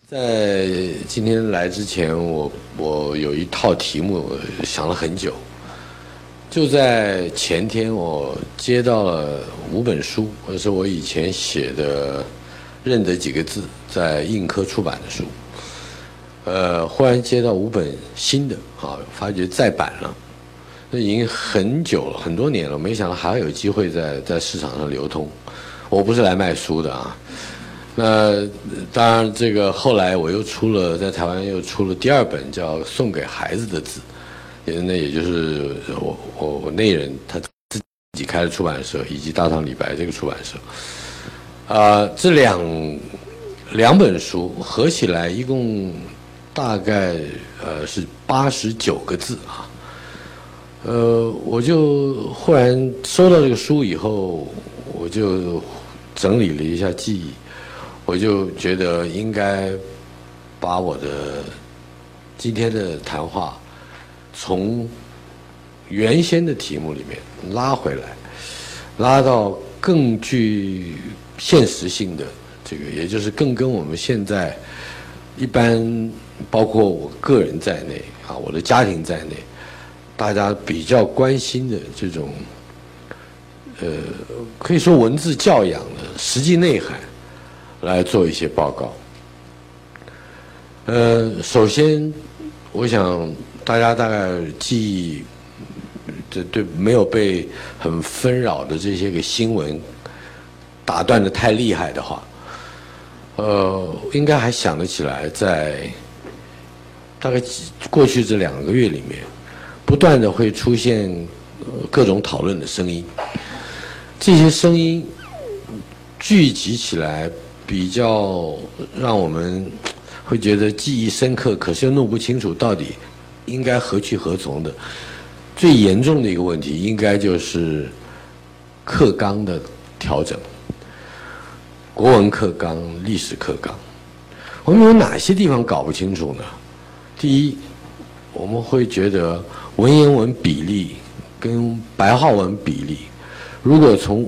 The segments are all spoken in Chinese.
在今天来之前，我有一套题目想了很久。就在前天，我接到了5本书，这是我以前写的认得几个字，在印科出版的书。忽然接到5本新的，发觉再版了。那已经很久了，很多年了，没想到还有机会在市场上流通。我不是来卖书的啊。那当然，这个后来我又出了，在台湾又出了第2本，叫《送给孩子的字》，也就是我内人他自己开的出版社，以及大唐李白这个出版社。这两本书合起来一共大概是89个字啊。我就忽然收到这个书以后，我就整理了一下记忆。我就觉得应该把我的今天的谈话从原先的题目里面拉回来，拉到更具现实性的这个，也就是更跟我们现在一般，包括我个人在内啊，我的家庭在内，大家比较关心的这种可以说文字教养的实际内涵来做一些报告。首先，我想大家大概记忆，对没有被很纷扰的这些个新闻打断的太厉害的话，应该还想得起来，在大概过去这2个月里面，不断的会出现各种讨论的声音，这些声音聚集起来，比较让我们会觉得记忆深刻，可是又弄不清楚到底应该何去何从的。最严重的一个问题，应该就是课纲的调整，国文课纲、历史课纲，我们有哪些地方搞不清楚呢？第一，我们会觉得文言文比例跟白话文比例，如果从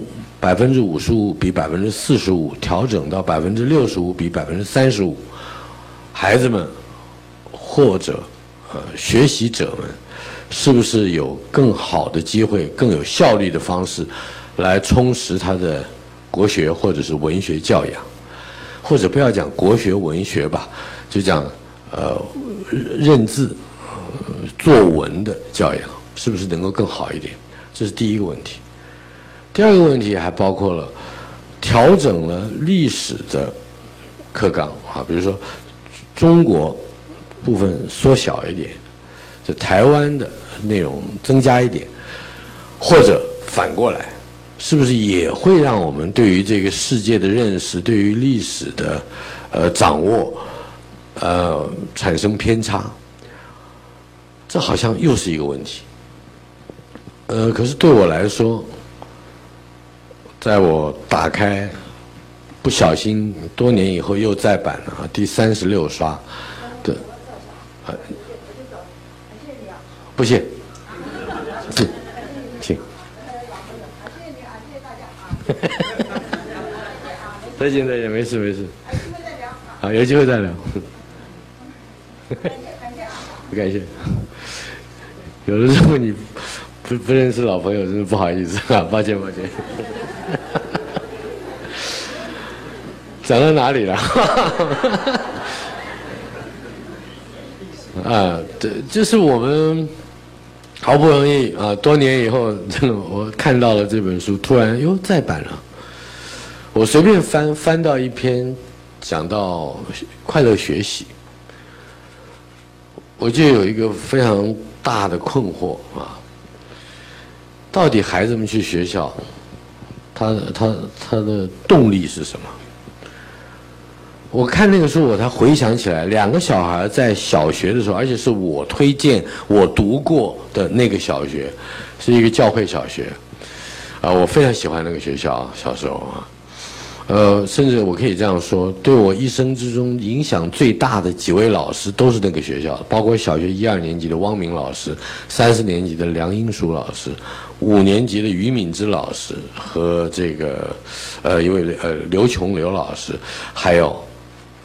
55%比45%调整到65%比35%，孩子们或者学习者们，是不是有更好的机会、更有效率的方式来充实他的国学或者是文学教养？或者不要讲国学文学吧，就讲认字、作文的教养，是不是能够更好一点？这是第一个问题。第2个问题还包括了调整了历史的课纲啊，比如说中国部分缩小一点，这台湾的内容增加一点，或者反过来，是不是也会让我们对于这个世界的认识，对于历史的掌握产生偏差？这好像又是一个问题。可是对我来说，在我打开不小心多年以后又再版了第36刷的，不谢，请，再见再见，没事没事，好，有机会再聊，不感谢，有的时候你不认识老朋友，真的不好意思啊，抱歉抱歉。讲到哪里了？这是我们好不容易多年以后，真的我看到了这本书，突然再版了。我随便翻到一篇讲到快乐学习，我就有一个非常大的困惑啊。到底孩子们去学校，他的动力是什么？我看那个书，我才回想起来，2个小孩在小学的时候，而且是我推荐我读过的那个小学，是一个教会小学，我非常喜欢那个学校，小时候甚至我可以这样说，对我一生之中影响最大的几位老师都是那个学校，包括小学1、2年级的汪明老师，30年级的梁英淑老师，5年级的于敏之老师和这个一位刘琼刘老师，还有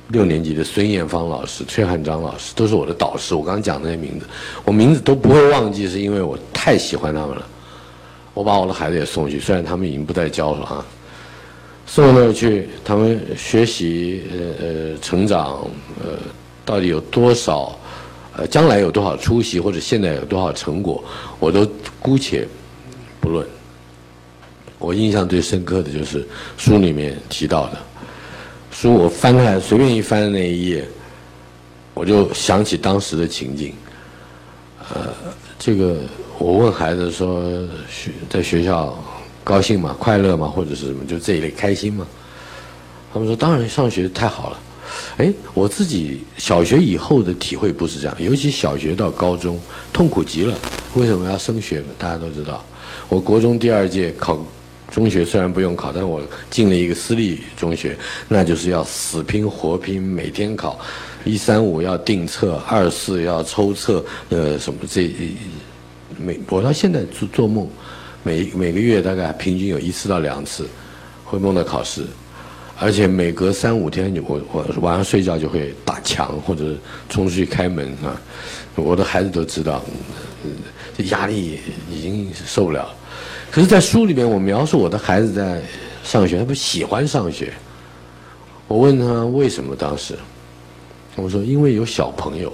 6年级的孙艳芳老师、崔汉章老师都是我的导师。我刚刚讲那些名字，我名字都不会忘记，是因为我太喜欢他们了。我把我的孩子也送去，虽然他们已经不再教了啊，送那儿去，他们学习成长到底有多少，将来有多少出息，或者现在有多少成果，我都姑且不论。我印象最深刻的就是书里面提到的。书我翻开来，随便一翻的那一页，我就想起当时的情景。这个我问孩子说，在学校高兴吗？快乐吗？或者是什么？就这一类开心吗？他们说当然上学太好了。哎，我自己小学以后的体会不是这样，尤其小学到高中痛苦极了。为什么要升学呢？大家都知道，我国中第2届考中学虽然不用考，但我进了一个私立中学，那就是要死拼活拼，每天考，1、3、5要订册，2、4要抽册，什么我到现在做梦，每个月大概平均有1次到2次会梦到考试，而且每隔3、5天我晚上睡觉就会打墙或者冲出去开门啊，我的孩子都知道，这压力已经受不了了。可是，在书里面，我描述我的孩子在上学，他不喜欢上学。我问他为什么，当时我说因为有小朋友，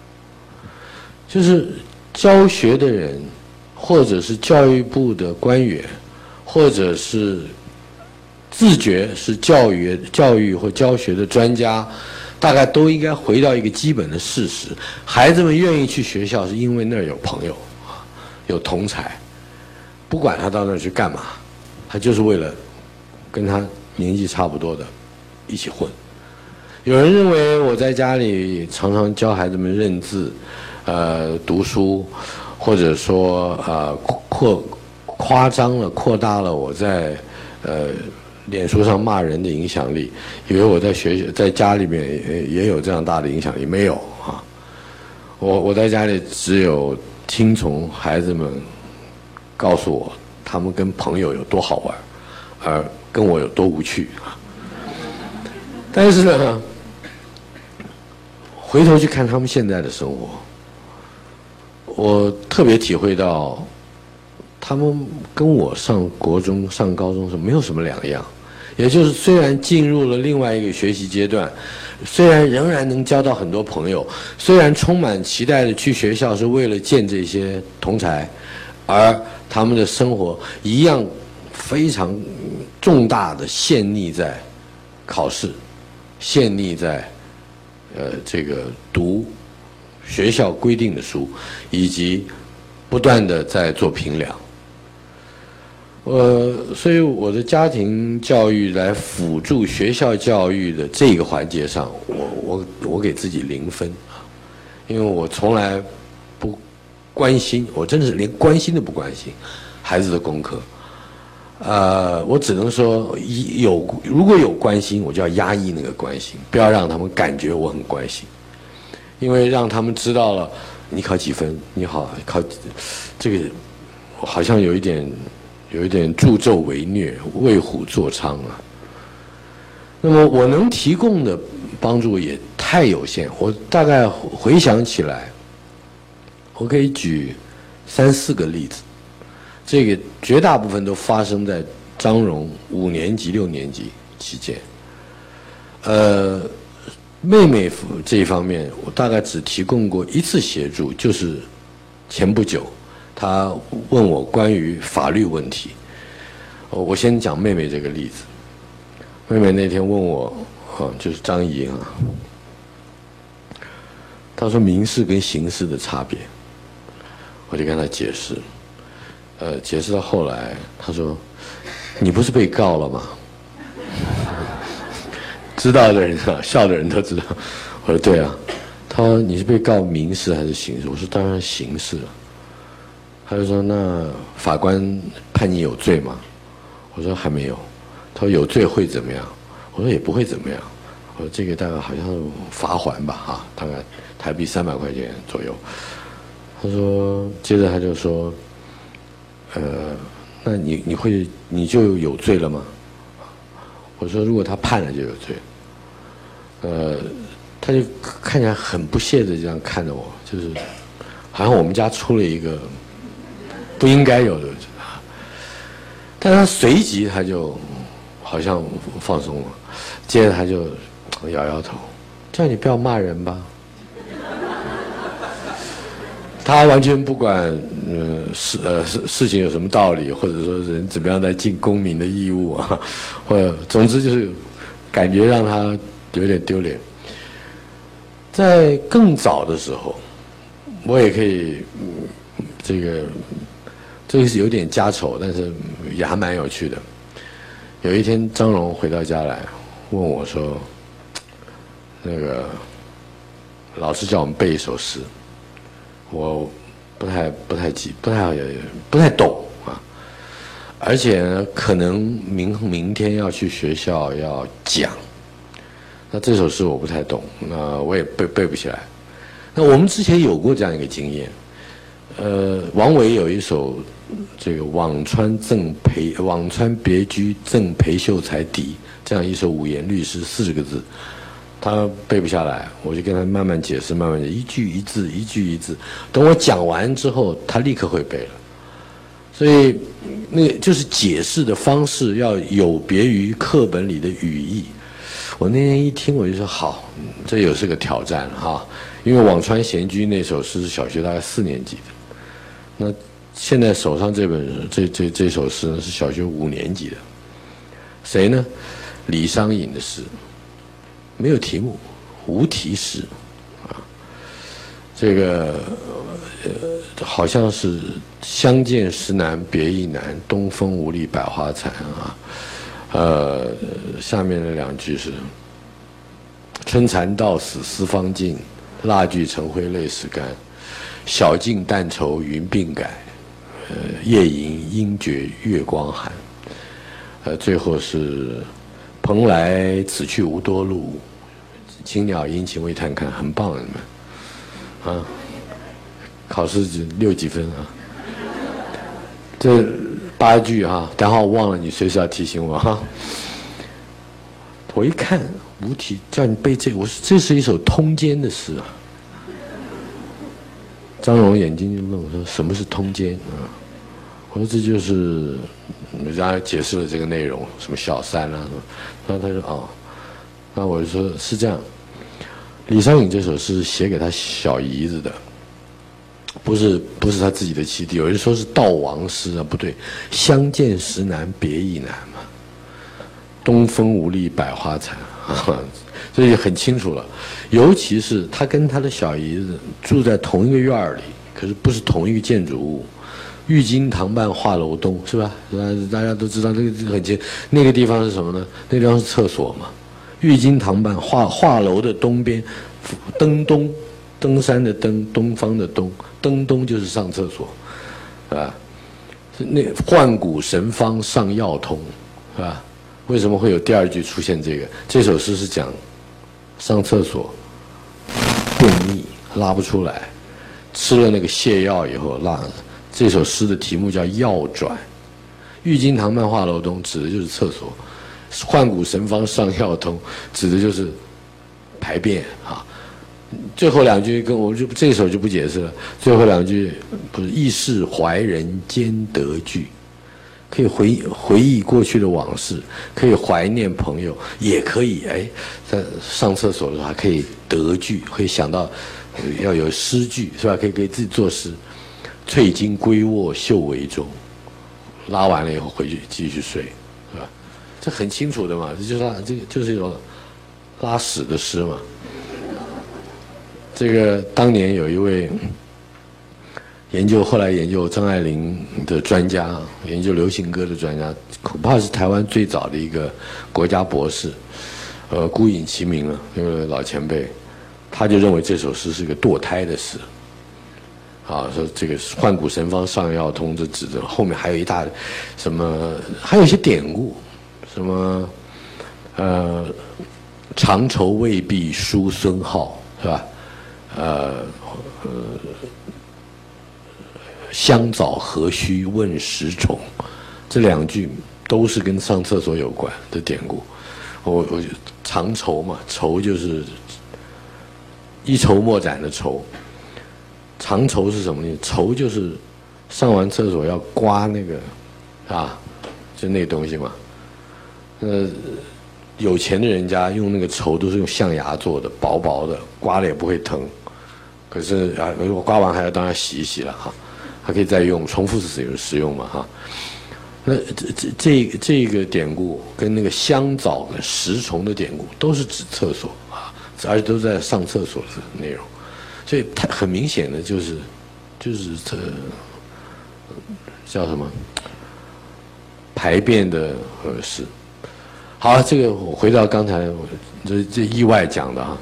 就是教学的人，或者是教育部的官员，或者是自觉是教育或教学的专家，大概都应该回到一个基本的事实：孩子们愿意去学校，是因为那儿有朋友，有同侪。不管他到那儿去干嘛，他就是为了跟他年纪差不多的一起混。有人认为我在家里常常教孩子们认字，读书，或者说夸张了、扩大了我在脸书上骂人的影响力，以为我在家里面也有这样大的影响力，没有啊。我在家里只有听从孩子们告诉我他们跟朋友有多好玩，而跟我有多无趣啊。但是呢，回头去看他们现在的生活，我特别体会到，他们跟我上国中、上高中是没有什么两样。也就是虽然进入了另外一个学习阶段，虽然仍然能交到很多朋友，虽然充满期待的去学校是为了见这些同侪，而他们的生活一样非常重大的陷溺在考试，陷溺在这个读学校规定的书，以及不断的在做评量。所以我的家庭教育来辅助学校教育的这个环节上，我给自己0分，因为我从来不关心，我真的是连关心都不关心孩子的功课。我只能说如果有关心，我就要压抑那个关心，不要让他们感觉我很关心，因为让他们知道了你考几分，你好考这个好像有一点助纣为虐，为虎作伥啊。那么我能提供的帮助也太有限，我大概回想起来，我可以举3、4个例子，这个绝大部分都发生在张荣5年级、6年级期间。妹妹这一方面，我大概只提供过1次协助，就是前不久她问我关于法律问题。我先讲妹妹这个例子。妹妹那天问我，就是张怡啊，她说民事跟刑事的差别，我就跟她解释。解释到后来，她说：“你不是被告了吗？”知道的人啊，笑的人都知道。我说：“对啊。”她说：“你是被告民事还是刑事？”我说：“当然刑事了。”他就说：“那法官判你有罪吗？”我说：“还没有。”他说：“有罪会怎么样？”我说：“也不会怎么样。”我说：“这个大概好像是罚�51吧，大概台币300块钱左右。”他说，接着他就说：“那你就有罪了吗？”我说：“如果他判了就有罪。” 他就看起来很不屑的这样看着我，就是好像我们家出了一个不应该有的，但他随即他就好像放松了，接着他就摇摇头，叫你不要骂人吧。他完全不管事情有什么道理，或者说人怎么样在尽公民的义务啊，或者总之就是感觉让他有点丢脸。在更早的时候，我也可以，这个是有点家丑，但是也还蛮有趣的。有一天，张荣回到家来，问我说：“那个老师叫我们背一首诗。”我不太懂啊，而且呢，可能明天要去学校要讲，那这首诗我不太懂，那我也背不起来。那我们之前有过这样一个经验，王维有一首这个辋川别居赠裴秀才题这样一首五言律诗，40个字。他背不下来，我就跟他慢慢解释，一句一字，一句一字。等我讲完之后，他立刻会背了。所以，那就是解释的方式要有别于课本里的语义。我那天一听，我就说好，这又是个挑战哈。因为《辋川闲居》那首诗是小学大概4年级的，那现在手上这首诗呢是小学5年级的。谁呢？李商隐的诗。没有题目，无题诗，啊，这个好像是相见时难别亦难，东风无力百花残啊，下面的2句是春蚕到死丝方尽，蜡炬成灰泪始干，晓镜但愁云鬓改，夜吟应觉月光寒。最后是蓬莱此去无多路，青鸟殷勤为探看，很棒啊你们，啊，考试只6几分啊，这8句啊，等会我忘了你随时要提醒我哈。我一看无题，叫你背这个，我说这是一首通奸的诗啊。张荣眼睛就愣，说什么是通奸啊？我说这就是人家解释了这个内容，什么小三啊什么，然后他说哦，那我就说是这样。李商隐这首诗写给他小姨子的，不是他自己的妻弟。有人说是悼亡诗啊，不对，相见时难别亦难嘛，东风无力百花残啊，所以很清楚了。尤其是他跟他的小姨子住在同一个院里，可是不是同一个建筑物。郁金堂畔画楼东，是吧？大家都知道这个很清。那个地方是什么呢？那个地方是厕所嘛。郁金堂畔画楼的东边，登山的登，东方的东，登东就是上厕所，是吧？那浣谷神方上药通，是吧？为什么会有第2句出现这个？这首诗是讲上厕所便秘拉不出来，吃了那个泻药以后拉。这首诗的题目叫《药转》，郁金堂畔画楼东指的就是厕所，浣谷神方上药通指的就是排便啊。最后2句跟我就这首就不解释了，最后2句不是亦是怀人兼得句，可以回忆过去的往事，可以怀念朋友，也可以在上厕所的时候还可以得句，可以想到要有诗句是吧？可以给自己作诗。翠金归卧袖帷中，拉完了以后回去继续睡，是吧？这很清楚的嘛，这个就是一种拉屎的诗嘛。这个当年有一位后来研究张爱玲的专家，研究流行歌的专家，恐怕是台湾最早的一个国家博士，孤影其名了，那个老前辈，他就认为这首诗是个堕胎的诗。啊，说这个浣谷神方上药通，这指的后面还有一大什么，还有一些典故，什么长愁未必书孙浩，是吧？香枣何须问石虫，这2句都是跟上厕所有关的典故。我常愁嘛，愁就是一筹莫展的愁。常愁是什么呢？愁就是上完厕所要刮那个，啊，就那个东西嘛。有钱的人家用那个绸都是用象牙做的，薄薄的，刮了也不会疼。可是啊，如果刮完还要当然洗一洗了哈，还可以再用，重复使用嘛哈。那这个典故跟那个香枣跟食虫的典故都是指厕所啊，而且都在上厕所的内容，所以它很明显的就是这叫什么排便的合适。好，这个我回到刚才这意外讲的哈。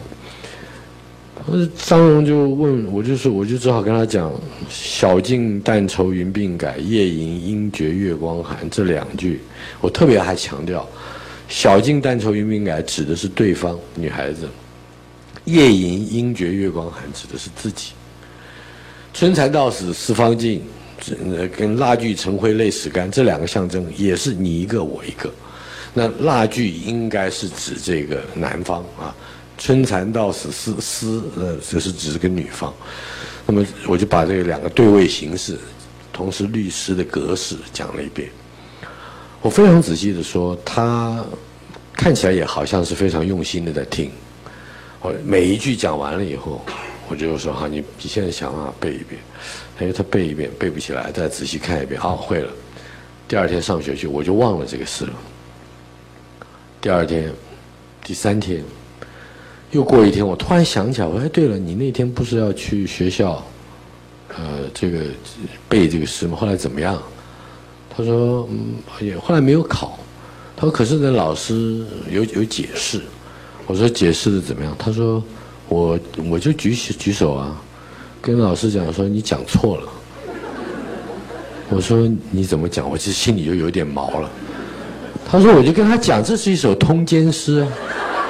张荣就问我，我就只好跟他讲“晓镜但愁云鬓改，夜吟应觉月光寒”这两句，我特别还强调，“晓镜但愁云鬓改”指的是对方女孩子，“夜吟应觉月光寒”指的是自己。春蚕到死丝方尽，跟蜡炬成灰泪始干这两个象征也是你一个我一个。那蜡炬应该是指这个男方啊。春蚕到死丝这是指这个女方。那么我就把这两个对位形式，同时律诗的格式讲了一遍。我非常仔细的说，他看起来也好像是非常用心的在听。每一句讲完了以后，我就说哈，你现在想啊，背一遍。他背一遍背不起来，再仔细看一遍，好，会了。第二天上学去，我就忘了这个事了。第二天、第三天。又过一天，我突然想起来，我说：“哎，对了，你那天不是要去学校，这个背这个诗吗？后来怎么样？”他说：“也后来没有考。”他说：“可是呢，老师有解释。”我说：“解释的怎么样？”他说：“我就举手啊，跟老师讲说你讲错了。”我说：“你怎么讲？”我其实心里就有点毛了。他说：“我就跟他讲，这是一首通奸诗啊。”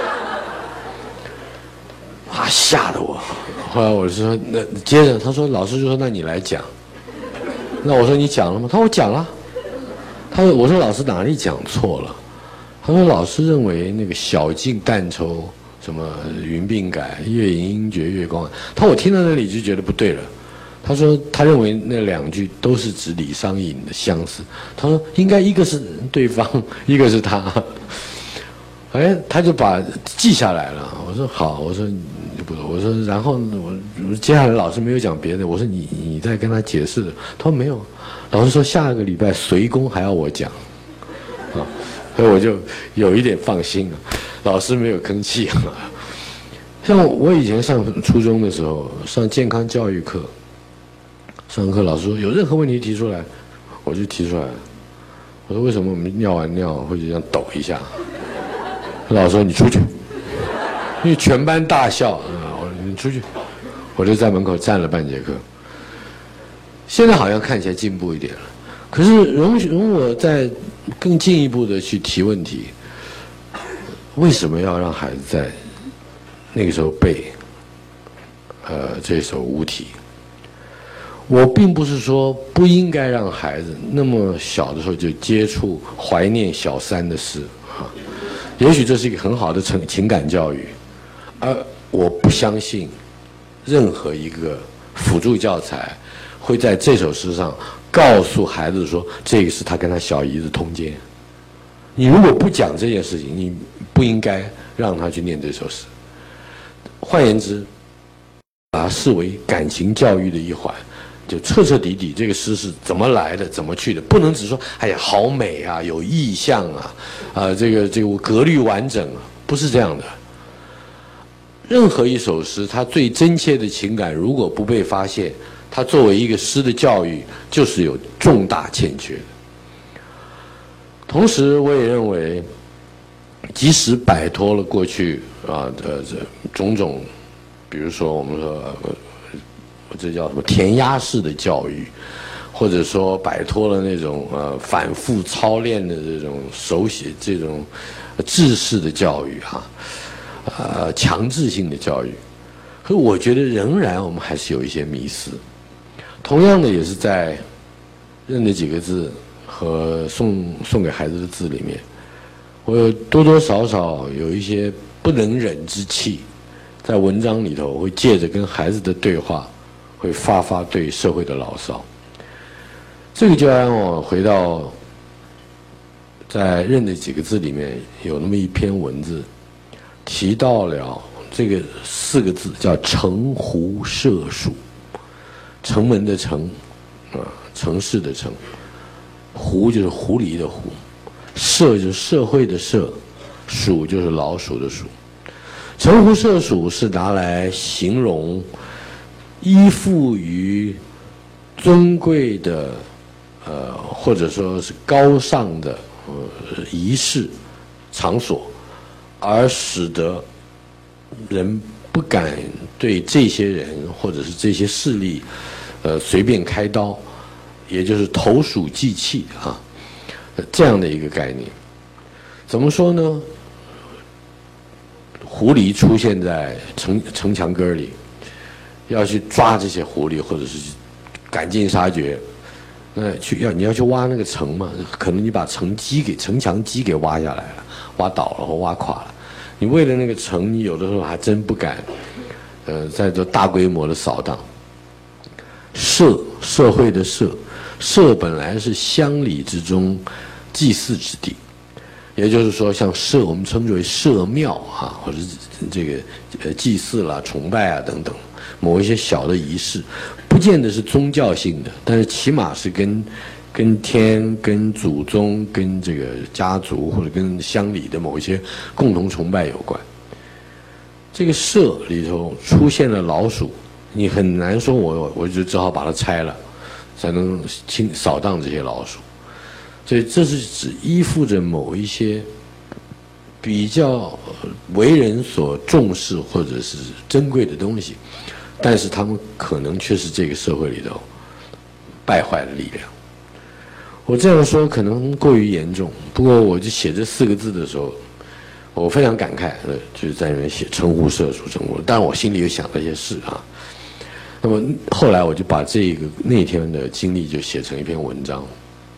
吓得我，后来我就说，那接着他说，老师就说，那你来讲。那我说你讲了吗？他说我讲了。我说老师哪里讲错了？他说老师认为那个晓镜但愁什么云鬓改，夜吟应觉月光寒。他说我听到那里就觉得不对了。他说他认为那两句都是指李商隐的相似。他说应该一个是对方，一个是他。哎，他就把记下来了。我说好，我说然后我接下来老师没有讲别的，我说你再跟他解释。他说没有，老师说下个礼拜随公还要我讲，啊，所以我就有一点放心了，老师没有吭气啊。像我以前上初中的时候，上健康教育课，上课老师说有任何问题提出来，我就提出来了。我说为什么我们尿完尿会这样抖一下？老师说你出去。因为全班大笑啊！你出去，我就在门口站了半节课。现在好像看起来进步一点了，可是容我再更进一步的去提问题：为什么要让孩子在那个时候背这首无题？我并不是说不应该让孩子那么小的时候就接触怀念小三的诗啊，也许这是一个很好的情感教育。而我不相信任何一个辅助教材会在这首诗上告诉孩子说这个是他跟他小姨子通奸。你如果不讲这件事情，你不应该让他去念这首诗。换言之，把它视为感情教育的一环，就彻彻底底这个诗是怎么来的，怎么去的，不能只说哎呀好美啊，有意象啊，这个格律完整啊，不是这样的。任何一首诗，它最真切的情感如果不被发现，它作为一个诗的教育，就是有重大欠缺的。同时，我也认为，即使摆脱了过去这种种，比如说我们说这叫什么填鸭式的教育，或者说摆脱了那种反复操练的这种手写这种制式的教育强制性的教育，可是我觉得仍然我们还是有一些迷思。同样的，也是在认的几个字和送给孩子的字里面，我有多多少少有一些不能忍之气，在文章里头会借着跟孩子的对话，会发对社会的牢骚。这个就让我回到在认的几个字里面有那么一篇文字，提到了这个4个字叫城狐社鼠，城门的城，城市的城，狐就是狐狸的狐，社就是社会的社，鼠就是老鼠的鼠。城狐社鼠是拿来形容依附于尊贵的或者说是高尚的仪式场所，而使得人不敢对这些人或者是这些势力随便开刀，也就是投鼠忌器啊，这样的一个概念。怎么说呢？狐狸出现在城墙根里，要去抓这些狐狸，或者是赶尽杀绝。你要去挖那个城嘛，可能你把城墙基给挖下来了，挖倒了或挖垮了。你为了那个城，你有的时候还真不敢，在这大规模的扫荡。社会的社本来是乡里之中祭祀之地。也就是说，像我们称之为社庙啊，或者这个祭祀啦、崇拜啊等等，某一些小的仪式，不见得是宗教性的，但是起码是跟天、跟祖宗、跟这个家族或者跟乡里的某一些共同崇拜有关。这个社里头出现了老鼠，你很难说我就只好把它拆了，才能扫荡这些老鼠。所以这是指依附着某一些比较为人所重视或者是珍贵的东西，但是他们可能却是这个社会里头败坏的力量。我这样说可能过于严重，不过我就写这4个字的时候，我非常感慨，就是在那边写城狐社鼠城狐，但我心里有想了一些事啊。那么后来我就把那天的经历就写成一篇文章。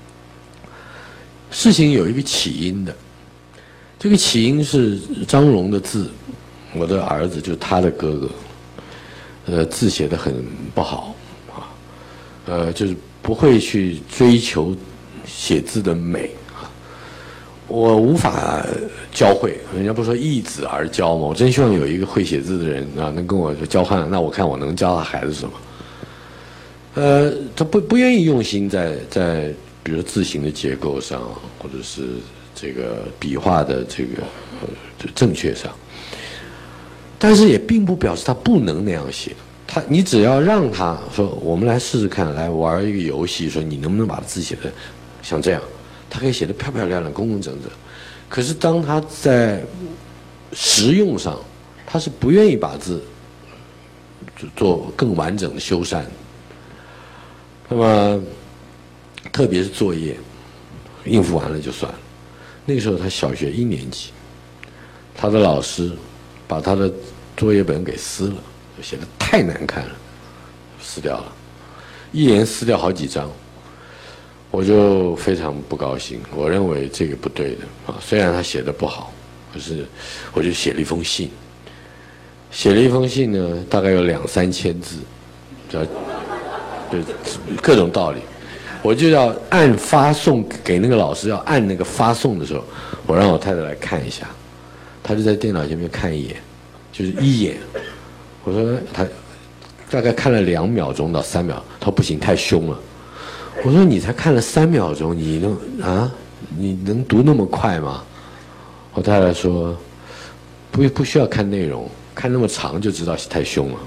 事情有一个起因的，这个起因是张荣的字，我的儿子就是他的哥哥，字写得很不好啊，就是不会去追求写字的美啊，我无法教会，人家不说易子而教吗？我真希望有一个会写字的人啊，能跟我交换，那我看我能教他孩子什么？他不愿意用心在。比如字形的结构上，或者是这个笔画的这个正确上，但是也并不表示他不能那样写。你只要让他说，我们来试试看，来玩一个游戏，说你能不能把字写的像这样，他可以写得漂漂亮亮、工工整整。可是当他在实用上，他是不愿意把字做更完整的修缮。那么特别是作业，应付完了就算了。那个时候他小学1年级，他的老师把他的作业本给撕了，写得太难看了，撕掉了，一连撕掉好几张，我就非常不高兴。我认为这个不对的啊，虽然他写得不好，可是我就写了一封信。写了一封信呢，大概有2、3千字，就各种道理。我就要按发送给那个老师，要按那个发送的时候，我让我太太来看一下，她就在电脑前面看一眼，就是1眼。我说她大概看了2秒钟到3秒，她说不行，太凶了。我说你才看了3秒钟，你能读那么快吗？我太太说不需要看内容，看那么长就知道太凶了。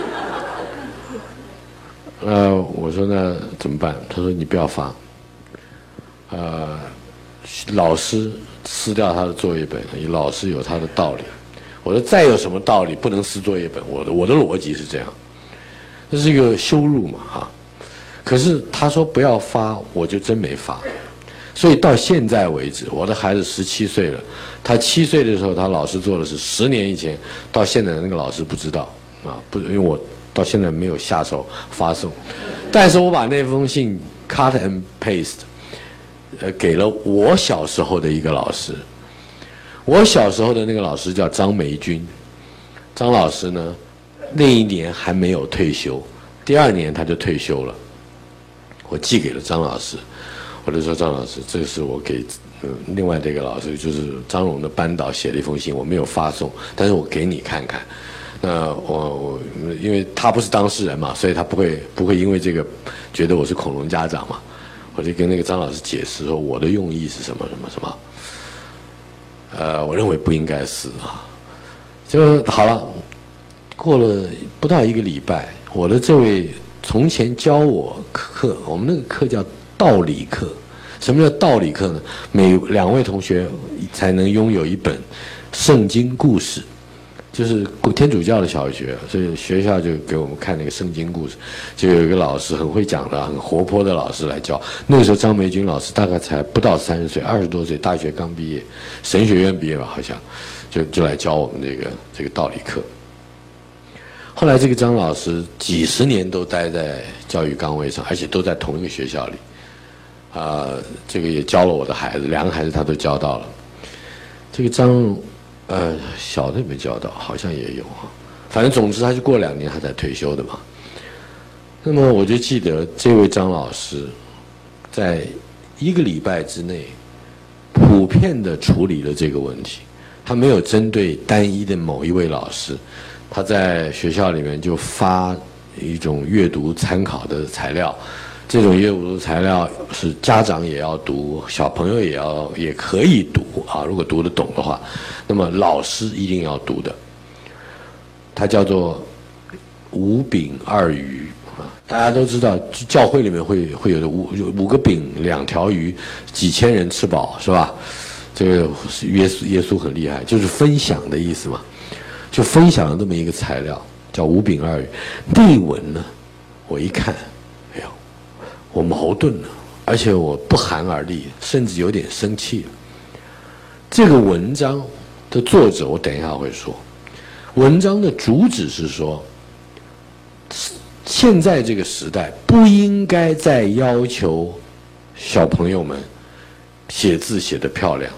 我说那怎么办？他说你不要发。老师撕掉他的作业本，老师有他的道理。我说再有什么道理不能撕作业本？我的逻辑是这样，这是一个羞辱嘛哈。可是他说不要发，我就真没发。所以到现在为止，我的孩子17岁了，他7岁的时候，他老师做的是10年以前，到现在那个老师不知道啊，因为我到现在没有下手发送，但是我把那封信 cut and paste，给了我小时候的一个老师。 我小时候的那个老师叫张梅君，张老师呢，那一年还没有退休，第2年他就退休了。我寄给了张老师，我就说张老师，这个是我给另外这个老师，就是张荣的班导写了一封信，我没有发送，但是我给你看看。那我因为他不是当事人嘛，所以他不会因为这个觉得我是恐龙家长嘛，我就跟那个张老师解释说我的用意是什么什么什么。我认为不应该是啊，就好了。过了不到1个礼拜，我的这位从前教我课，我们那个课叫道理课。什么叫道理课呢？每2位同学才能拥有一本圣经故事，就是天主教的小学，所以学校就给我们看那个圣经故事。就有一个老师很会讲的、很活泼的老师来教。那个时候张梅君老师大概才不到30岁，20多岁，大学刚毕业，神学院毕业吧，好像就来教我们这个道理课。后来这个张老师几十年都待在教育岗位上，而且都在同一个学校里，这个也教了我的孩子，2个孩子他都教到了。这个张，小的没教到，好像也有哈。反正总之他是过2年他才退休的嘛。那么我就记得这位张老师，在1个礼拜之内，普遍的处理了这个问题。他没有针对单一的某一位老师。他在学校里面就发一种阅读参考的材料，这种阅读材料是家长也要读，小朋友也可以读啊，如果读得懂的话，那么老师一定要读的。它叫做五饼二鱼啊，大家都知道，教会里面会有的5个饼2条鱼，几千人吃饱是吧？这个耶稣很厉害，就是分享的意思嘛。就分享了这么一个材料，叫五饼二鱼。内文呢，我一看，哎呦，我矛盾了，而且我不寒而栗，甚至有点生气了。这个文章的作者，我等一下会说。文章的主旨是说，现在这个时代不应该再要求小朋友们写字写得漂亮，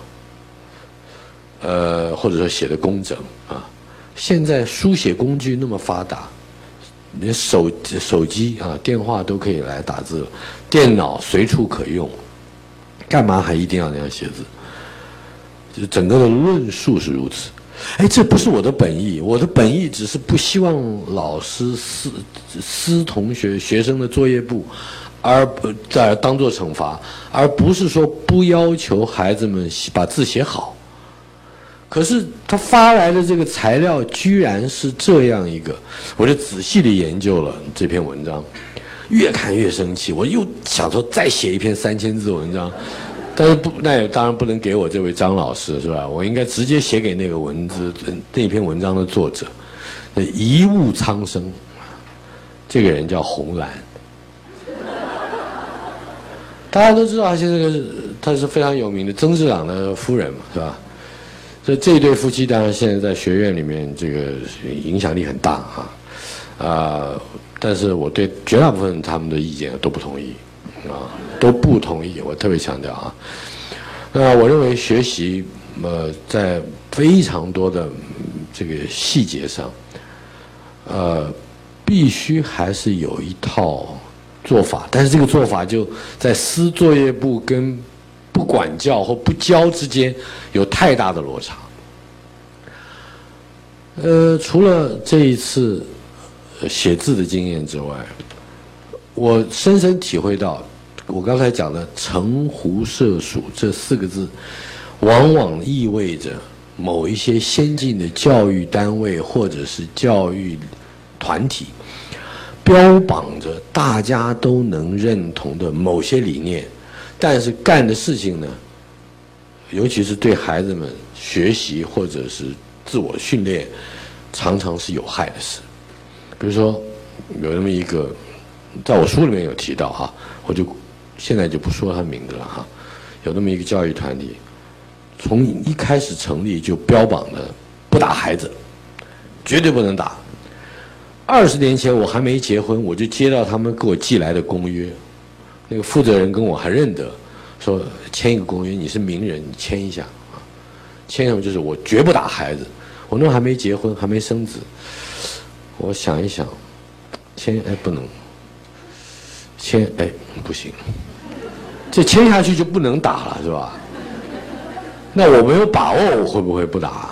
或者说写得工整啊。现在书写工具那么发达，连手机啊、电话都可以来打字了，电脑随处可用，干嘛还一定要那样写字？就是整个的论述是如此。哎，这不是我的本意，我的本意只是不希望老师撕学生的作业簿，而当作惩罚，而不是说不要求孩子们把字写好。可是他发来的这个材料居然是这样一个，我就仔细地研究了这篇文章，越看越生气，我又想说再写一篇3000字文章，但是那也当然不能给我这位张老师是吧？我应该直接写给那个那篇文章的作者，一物苍生，这个人叫洪兰，大家都知道他是非常有名的曾志朗的夫人嘛，是吧？所以这一对夫妻当然现在在学院里面这个影响力很大但是我对绝大部分他们的意见都不同意都不同意，我特别强调那我认为学习在非常多的这个细节上必须还是有一套做法，但是这个做法就在撕作业簿跟不管教或不教之间有太大的落差。除了这一次写字的经验之外，我深深体会到，我刚才讲的城湖社署这4个字，往往意味着某一些先进的教育单位或者是教育团体，标榜着大家都能认同的某些理念，但是干的事情呢，尤其是对孩子们学习或者是自我训练，常常是有害的事。比如说，有那么一个，在我书里面有提到我就现在就不说他名字了有那么一个教育团体，从一开始成立就标榜的不打孩子，绝对不能打。20年前我还没结婚，我就接到他们给我寄来的公约，那个负责人跟我还认得，说签一个公约，你是名人，你签一下签什么就是我绝不打孩子。我那时候还没结婚，还没生子，我想一想，签不能，签不行，这签下去就不能打了是吧？那我没有把握，我会不会不打？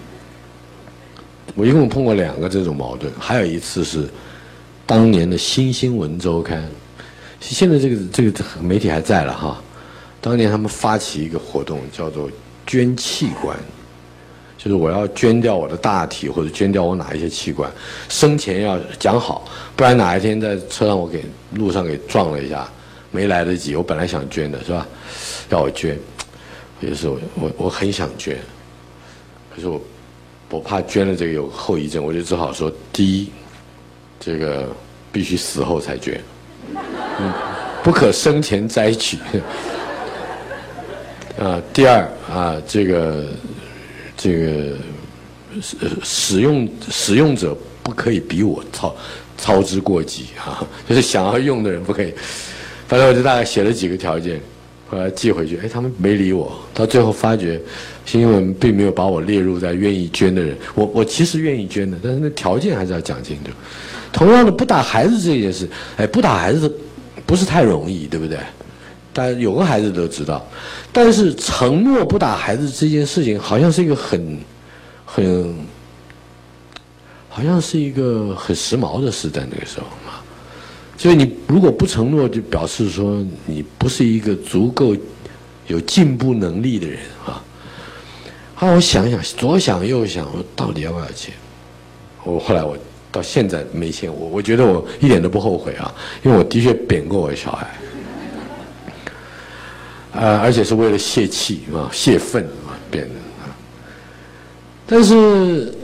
我一共碰过2个这种矛盾，还有一次是当年的《新新闻周刊》，现在这个媒体还在了哈。当年他们发起一个活动，叫做捐器官，就是我要捐掉我的大体或者捐掉我哪一些器官，生前要讲好，不然哪一天在车上路上给撞了一下，没来得及。我本来想捐的是吧？要我捐，也是我很想捐，可是我怕捐了这个有后遗症，我就只好说：第一，这个必须死后才捐，不可生前摘取。第二这个使用者不可以比我操之过急啊，就是想要用的人不可以。反正我就大概写了几个条件，后来寄回去，他们没理我。到最后发觉，新闻并没有把我列入在愿意捐的人。我其实愿意捐的，但是那条件还是要讲清楚。同样的，不打孩子这件事，不打孩子不是太容易，对不对？大家有个孩子都知道，但是承诺不打孩子这件事情，好像是一个好像是一个很时髦的事，在那个时候嘛。所以你如果不承诺，就表示说你不是一个足够有进步能力的人啊。后来我想想，左想右想，我到底要不要签？后来我到现在没签，我觉得我一点都不后悔啊，因为我的确贬过我的小孩。而且是为了泄气泄愤变的。但是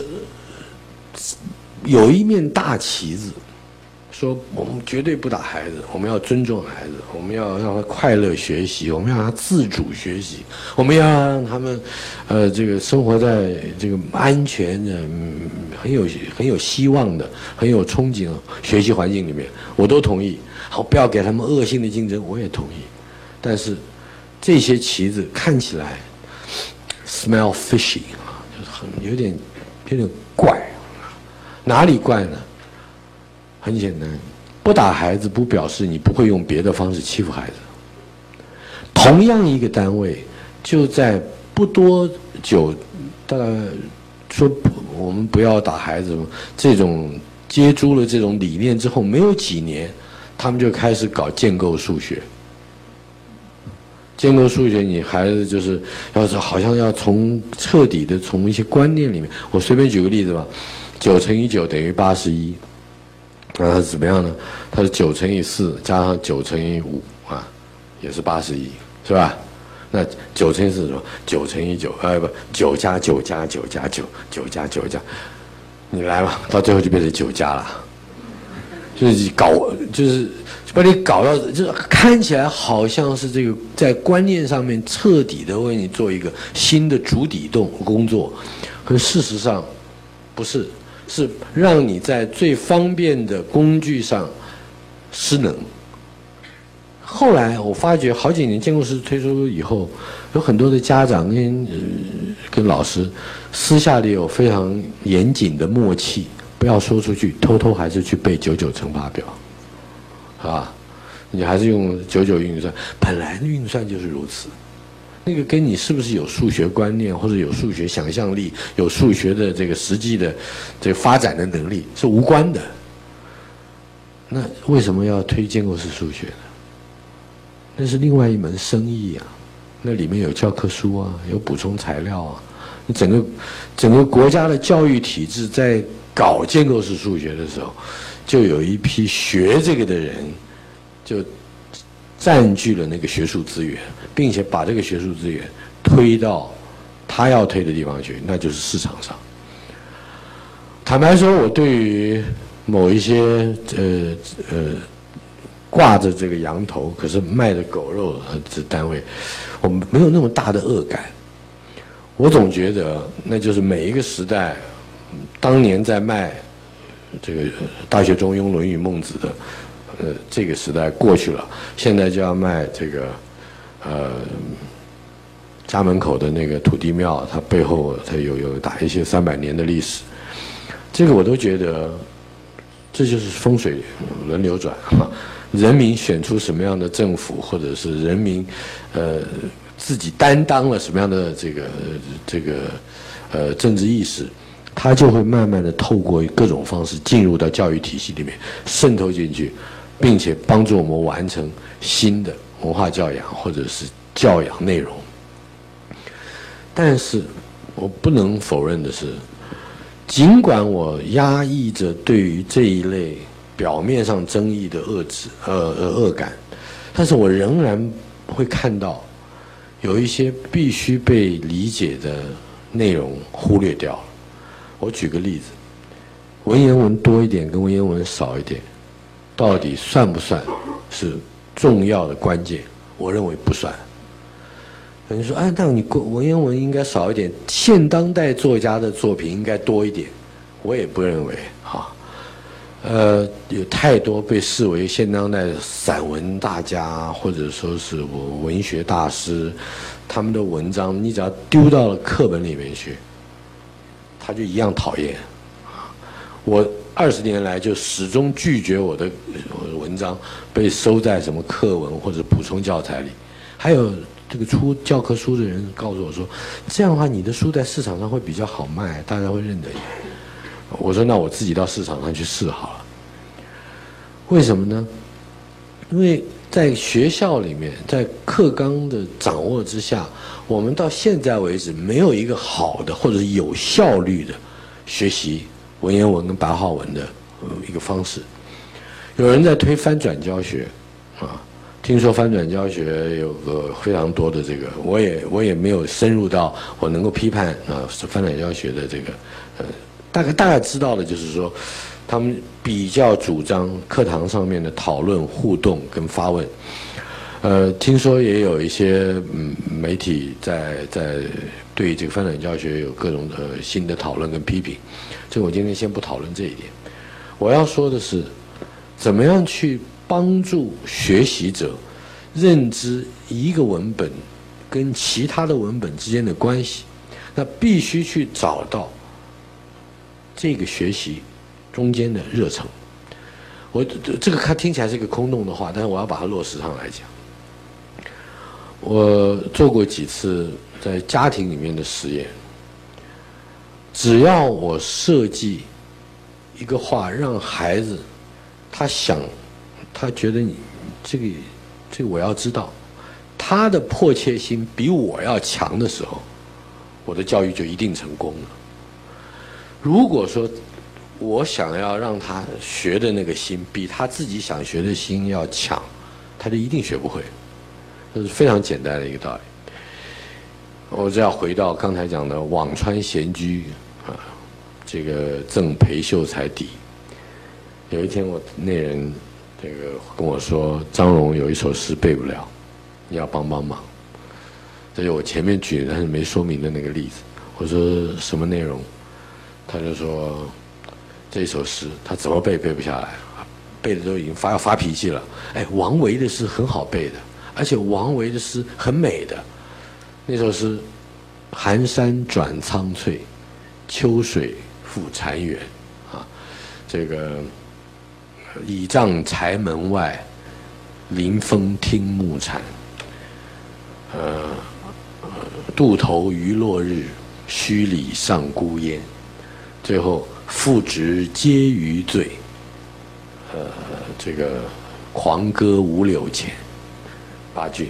有一面大旗子，说我们绝对不打孩子，我们要尊重孩子，我们要让他快乐学习，我们要让他自主学习，我们要让他们这个生活在这个安全的很有希望的很有憧憬的学习环境里面，我都同意。好，不要给他们恶性的竞争，我也同意。但是这些旗子看起来 smell fishy 就是有点怪。哪里怪呢？很简单，不打孩子不表示你不会用别的方式欺负孩子。同样一个单位，就在不多久，大概说我们不要打孩子，这种接触了这种理念之后，没有几年，他们就开始搞建构数学。建构数学，你孩子就是好像要彻底的从一些观念里面，我随便举个例子吧，9乘以9等于81，那它是怎么样呢？它是9乘以4加上9乘以5也是81，是吧？那9乘以4是什么？9乘以9，9加9加9加9，9加9加，你来吧，到最后就变成9加了，就是把你搞到，就是看起来好像是这个在观念上面彻底的为你做一个新的主体工作，可事实上不是，是让你在最方便的工具上失能。后来我发觉好几年建构式推出以后，有很多的家长跟老师私下里有非常严谨的默契，不要说出去，偷偷还是去背99乘法表。是吧？你还是用99运算，本来的运算就是如此。那个跟你是不是有数学观念，或者有数学想象力，有数学的这个实际的这个发展的能力是无关的。那为什么要推建构式数学呢？那是另外一门生意啊，那里面有教科书啊，有补充材料啊。你整个国家的教育体制在搞建构式数学的时候，就有一批学这个的人，就占据了那个学术资源，并且把这个学术资源推到他要推的地方去，那就是市场上。坦白说，我对于某一些挂着这个羊头，可是卖的狗肉的单位，我没有那么大的恶感。我总觉得，那就是每一个时代，当年在卖这个大学中庸、论语、孟子的，这个时代过去了，现在就要卖这个家门口的那个土地庙，它背后它有打一些300年的历史，这个我都觉得，这就是风水轮流转啊。人民选出什么样的政府，或者是人民，自己担当了什么样的政治意识，他就会慢慢的透过各种方式进入到教育体系里面，渗透进去，并且帮助我们完成新的文化教养或者是教养内容。但是我不能否认的是，尽管我压抑着对于这一类表面上争议的恶感，但是我仍然会看到有一些必须被理解的内容忽略掉了。我举个例子，文言文多一点跟文言文少一点，到底算不算是重要的关键？我认为不算。有人说，哎，那你文言文应该少一点，现当代作家的作品应该多一点。我也不认为啊。有太多被视为现当代散文大家或者说是文学大师，他们的文章你只要丢到了课本里面去，他就一样讨厌。我20年来就始终拒绝我的文章被收在什么课文或者补充教材里。还有这个出教科书的人告诉我说，这样的话你的书在市场上会比较好卖，大家会认得你。我说那我自己到市场上去试好了。为什么呢？因为在学校里面，在课纲的掌握之下，我们到现在为止没有一个好的或者是有效率的学习文言文跟白话文的一个方式。有人在推翻转教学啊，听说翻转教学有个非常多的这个，我也没有深入到我能够批判啊翻转教学的这个大概知道的就是说，他们比较主张课堂上面的讨论、互动跟发问。听说也有一些媒体在对这个翻转教学有各种的新的讨论跟批评。这个我今天先不讨论这一点。我要说的是，怎么样去帮助学习者认知一个文本跟其他的文本之间的关系，那必须去找到这个学习中间的热忱。这个听起来是一个空洞的话，但是我要把它落实上来讲。我做过几次在家庭里面的实验，只要我设计一个话，让孩子他觉得这个我要知道，他的迫切心比我要强的时候，我的教育就一定成功了。如果说我想要让他学的那个心比他自己想学的心要强，他就一定学不会。这是非常简单的一个道理。我只要回到刚才讲的辋川闲居啊，这个赠裴秀才底。有一天那人这个跟我说，张荣有一首诗背不了，你要帮忙。这是我前面举的但是没说明的那个例子。我说什么内容？他就说这首诗他怎么背不下来，背的都已经要发脾气了。哎，王维的诗很好背的，而且王维的诗很美的。那首诗，寒山转苍翠，秋水复残垣啊，这个倚杖柴门外，临风听暮蝉。渡头余落日，墟里上孤烟。最后复值皆余醉，这个狂歌五柳前，8句。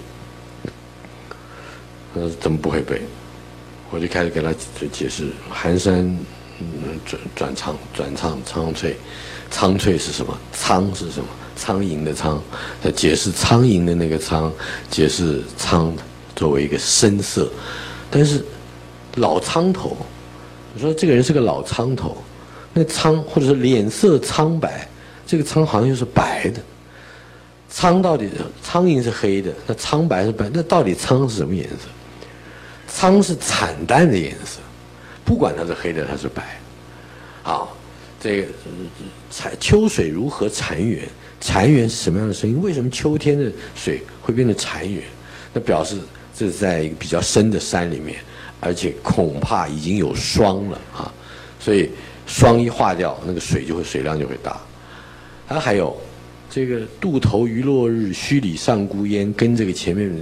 怎么不会背？我就开始给他解释寒山转苍翠，苍翠是什么？苍是什么？苍蝇的苍，他解释苍蝇的那个苍，解释苍作为一个深色，但是老苍头。你说这个人是个老苍头，那苍或者是脸色苍白，这个苍好像又是白的。苍到底苍蝇是黑的，那苍白是白，那到底苍是什么颜色？苍是惨淡的颜色，不管它是黑的，它是白。好，这个秋水如何残垣？残垣是什么样的声音？为什么秋天的水会变得残垣？那表示这是在一个比较深的山里面，而且恐怕已经有霜了啊，所以霜一化掉，那个水量就会大。还有这个渡头余落日，墟里上孤烟，跟这个前面的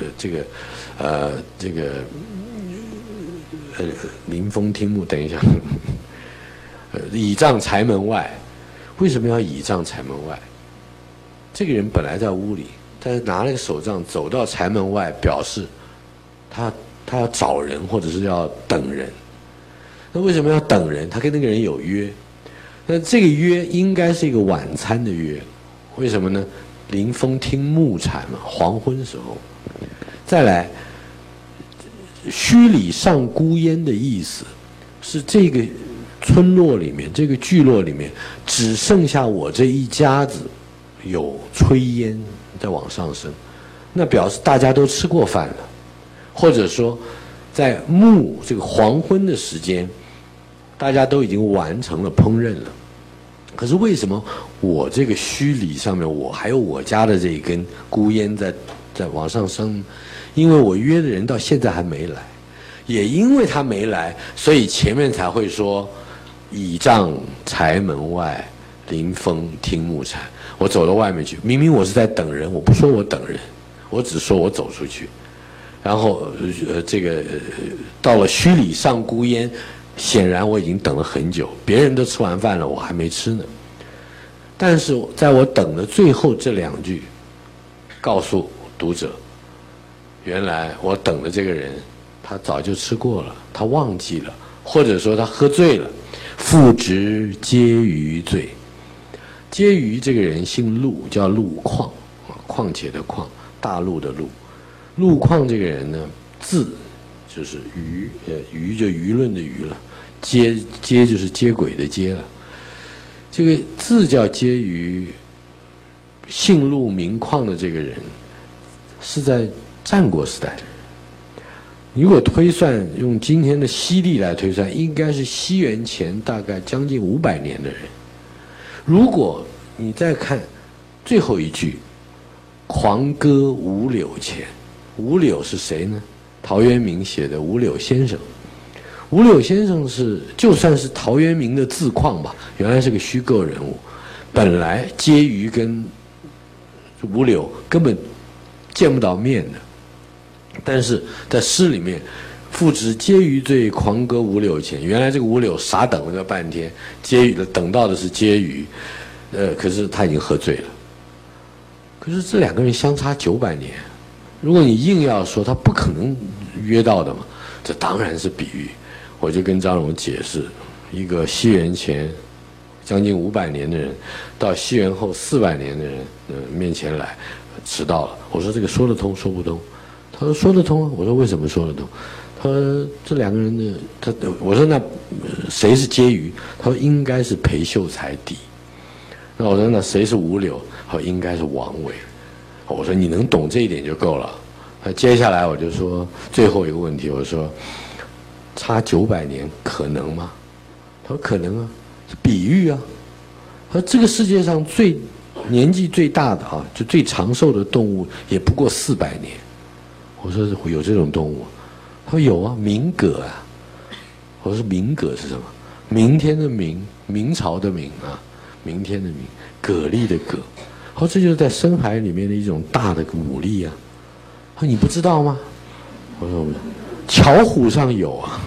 临风听木，等一下，倚杖柴门外，为什么要倚杖柴门外？这个人本来在屋里，但是拿了个手杖走到柴门外，表示他要找人，或者是要等人。那为什么要等人？他跟那个人有约，那这个约应该是一个晚餐的约，为什么呢？临风听木蝉嘛，黄昏时候。再来，墟里上孤烟的意思是这个村落里面，这个聚落里面只剩下我这一家子有炊烟在往上升，那表示大家都吃过饭了，或者说在这个黄昏的时间，大家都已经完成了烹饪了。可是为什么我这个墟里上面，我还有我家的这一根孤烟在往上升？因为我约的人到现在还没来，也因为他没来，所以前面才会说倚杖柴门外，临风听木蝉。我走到外面去，明明我是在等人，我不说我等人，我只说我走出去。然后到了墟里上孤烟，显然我已经等了很久，别人都吃完饭了，我还没吃呢。但是在我等的最后这2句，告诉读者，原来我等的这个人，他早就吃过了，他忘记了，或者说他喝醉了。复值嗟余罪，嗟余这个人姓陆，叫陆况，况且的况，大陆的陆。陆况这个人呢，字就是舆就舆论的舆了，接就是接轨的接了。这个字叫嗟余，姓陆名况的这个人是在战国时代的人。如果推算用今天的西历来推算，应该是西元前大概将近500年的人。如果你再看最后一句，狂歌五柳前，五柳是谁呢？陶渊明写的五柳先生。五柳先生就算是陶渊明的自况吧，原来是个虚构人物。本来嗟余跟五柳根本见不到面的，但是在诗里面，复值嗟余罪，狂歌五柳前。原来这个五柳傻等了个半天，等到的是嗟余，可是他已经喝醉了。可是这2个人相差900年，如果你硬要说他不可能约到的嘛，这当然是比喻。我就跟张荣解释，一个西元前将近500年的人，到西元后400年的人面前来，迟到了。我说这个说得通说不通？他说说得通啊。我说为什么说得通？他说这2个人呢，我说那谁是嗟余？他说应该是裴秀才弟。那我说那谁是五柳？他说应该是王维。我说你能懂这一点就够了。接下来我就说最后一个问题，我说差900年可能吗？他说可能啊，是比喻啊。他说这个世界上年纪最大的啊，就最长寿的动物也不过400年。我说有这种动物？他说有啊，明蛤啊。我说明蛤是什么？明天的明，明朝的明啊，明天的明，蛤蜊的蛤。他说这就是在深海里面的一种大的牡蛎啊。他说你不知道吗？我说巧虎上有啊。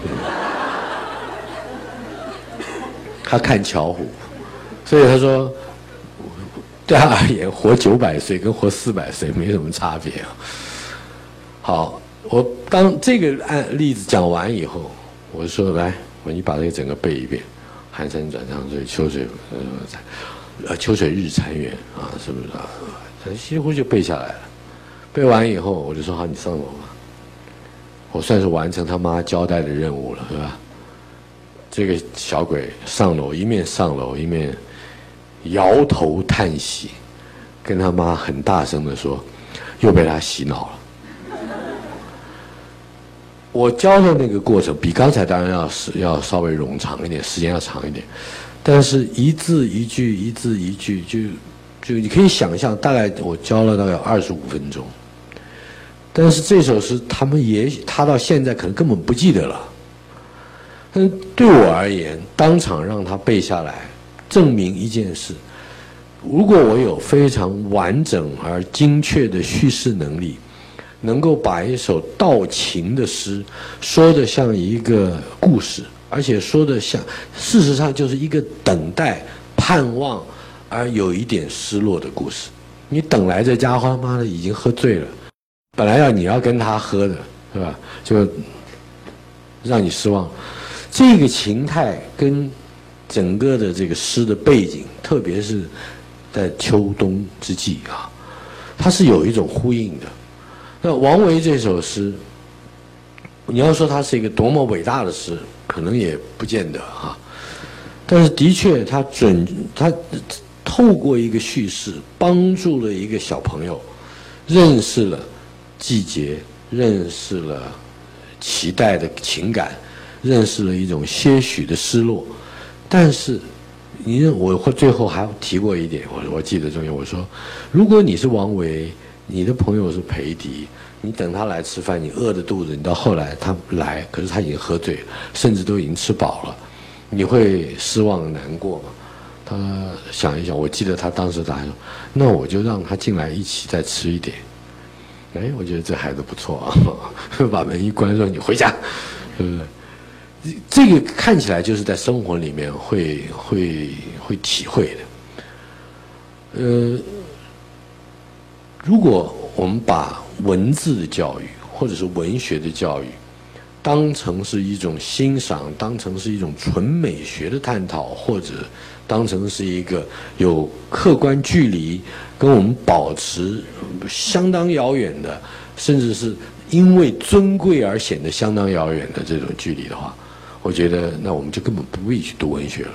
他看巧虎，所以他说对他而言，活900岁跟活400岁没什么差别啊。好，我当这个例子讲完以后，我就说来，你把这个整个背一遍，寒山转上水，秋水日残垣啊，是不是啊？几乎就背下来了。背完以后，我就说好，你上楼吧。我算是完成他妈交代的任务了，是吧？这个小鬼上楼，一面上楼一面摇头叹息，跟他妈很大声的说，又被他洗脑了。我教的那个过程比刚才当然要稍微冗长一点，时间要长一点，但是一字一句，一字一句，就你可以想象，大概我教了大概25分钟。 但是这首诗他到现在可能根本不记得了。但是对我而言，当场让他背下来，证明一件事：如果我有非常完整而精确的叙事能力，能够把一首道情的诗说得像一个故事，而且说得像，事实上就是一个等待、盼望而有一点失落的故事。你等来这家伙他妈的已经喝醉了，本来你要跟他喝的，是吧？就让你失望。这个情态跟整个的这个诗的背景，特别是在秋冬之际啊，它是有一种呼应的。那王维这首诗，你要说它是一个多么伟大的诗，可能也不见得啊。但是的确，他透过一个叙事，帮助了一个小朋友认识了季节，认识了期待的情感，认识了一种些许的失落。但是我最后还提过一点，我记得中间我说，如果你是王维，你的朋友是裴迪，你等他来吃饭，你饿着肚子，你到后来他来，可是他已经喝醉了，甚至都已经吃饱了，你会失望难过吗？他想一想，我记得他当时答说，那我就让他进来一起再吃一点。哎，我觉得这孩子不错啊，把门一关说你回家，对不对？这个看起来就是在生活里面会体会的。如果我们把文字的教育或者是文学的教育当成是一种欣赏，当成是一种纯美学的探讨，或者当成是一个有客观距离跟我们保持相当遥远的，甚至是因为尊贵而显得相当遥远的这种距离的话，我觉得那我们就根本不必去读文学了。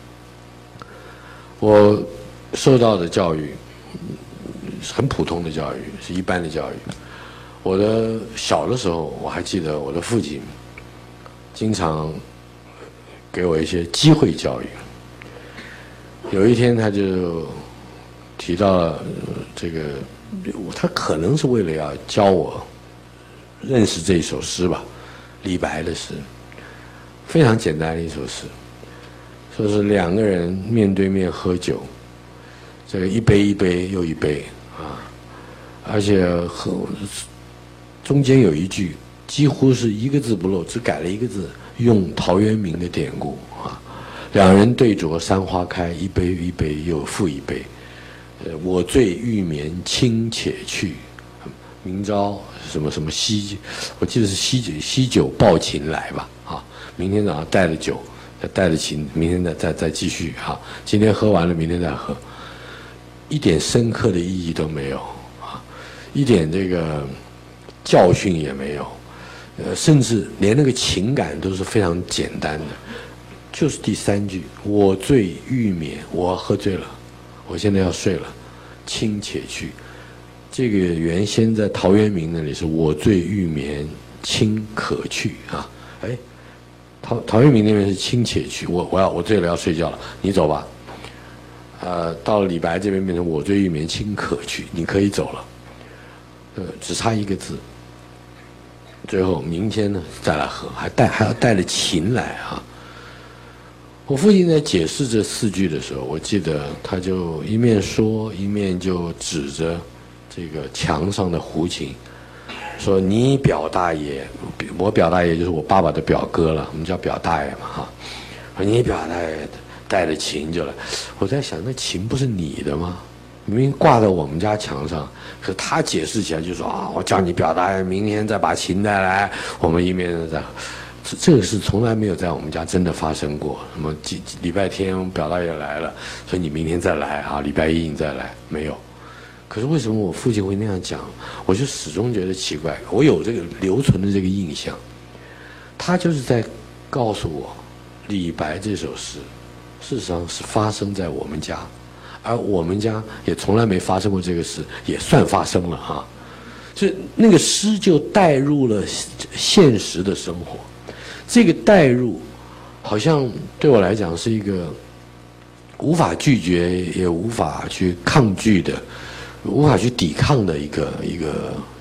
我受到的教育是很普通的教育，是一般的教育。我的小的时候，我还记得我的父亲经常给我一些机会教育。有一天他就提到了这个，他可能是为了要教我认识这一首诗吧，李白的诗，非常简单的一首诗，说是两个人面对面喝酒，这个一杯一杯又一杯啊，而且中间有一句几乎是一个字不漏，只改了一个字，用陶渊明的典故啊。两人对酌三花开，一杯一杯又复一杯。我醉欲眠卿且去，明朝什么什么我记得是西酒抱琴来吧啊。明天早上带着酒，带着琴，明天再继续啊。今天喝完了，明天再喝，一点深刻的意义都没有啊，一点这个教训也没有，甚至连那个情感都是非常简单的。就是第三句，我醉欲眠，我喝醉了，我现在要睡了，卿且去。这个原先在陶渊明那里是我醉欲眠，卿可去啊。哎，陶渊明那边是卿且去，我醉了要睡觉了，你走吧。到了李白这边变成我醉欲眠，卿可去，你可以走了。只差一个字。最后明天呢再来喝，还要带了琴来啊。我父亲在解释这4句的时候，我记得他就一面说，一面就指着这个墙上的胡琴，说：“你表大爷，我表大爷就是我爸爸的表哥了，我们叫表大爷嘛哈。说你表大爷带着琴就来。”我在想，那琴不是你的吗？明明挂在我们家墙上，可他解释起来就说：“啊，我叫你表大爷明天再把琴带来，我们一面再。”这个事从来没有在我们家真的发生过。什么礼拜天表大爷来了，所以你明天再来啊，礼拜一你再来，没有。可是为什么我父亲会那样讲？我就始终觉得奇怪。我有这个留存的这个印象，他就是在告诉我，李白这首诗事实上是发生在我们家，而我们家也从来没发生过这个事，也算发生了哈。所以那个诗就带入了现实的生活。这个带入，好像对我来讲是一个无法拒绝也无法去抗拒的、无法去抵抗的一个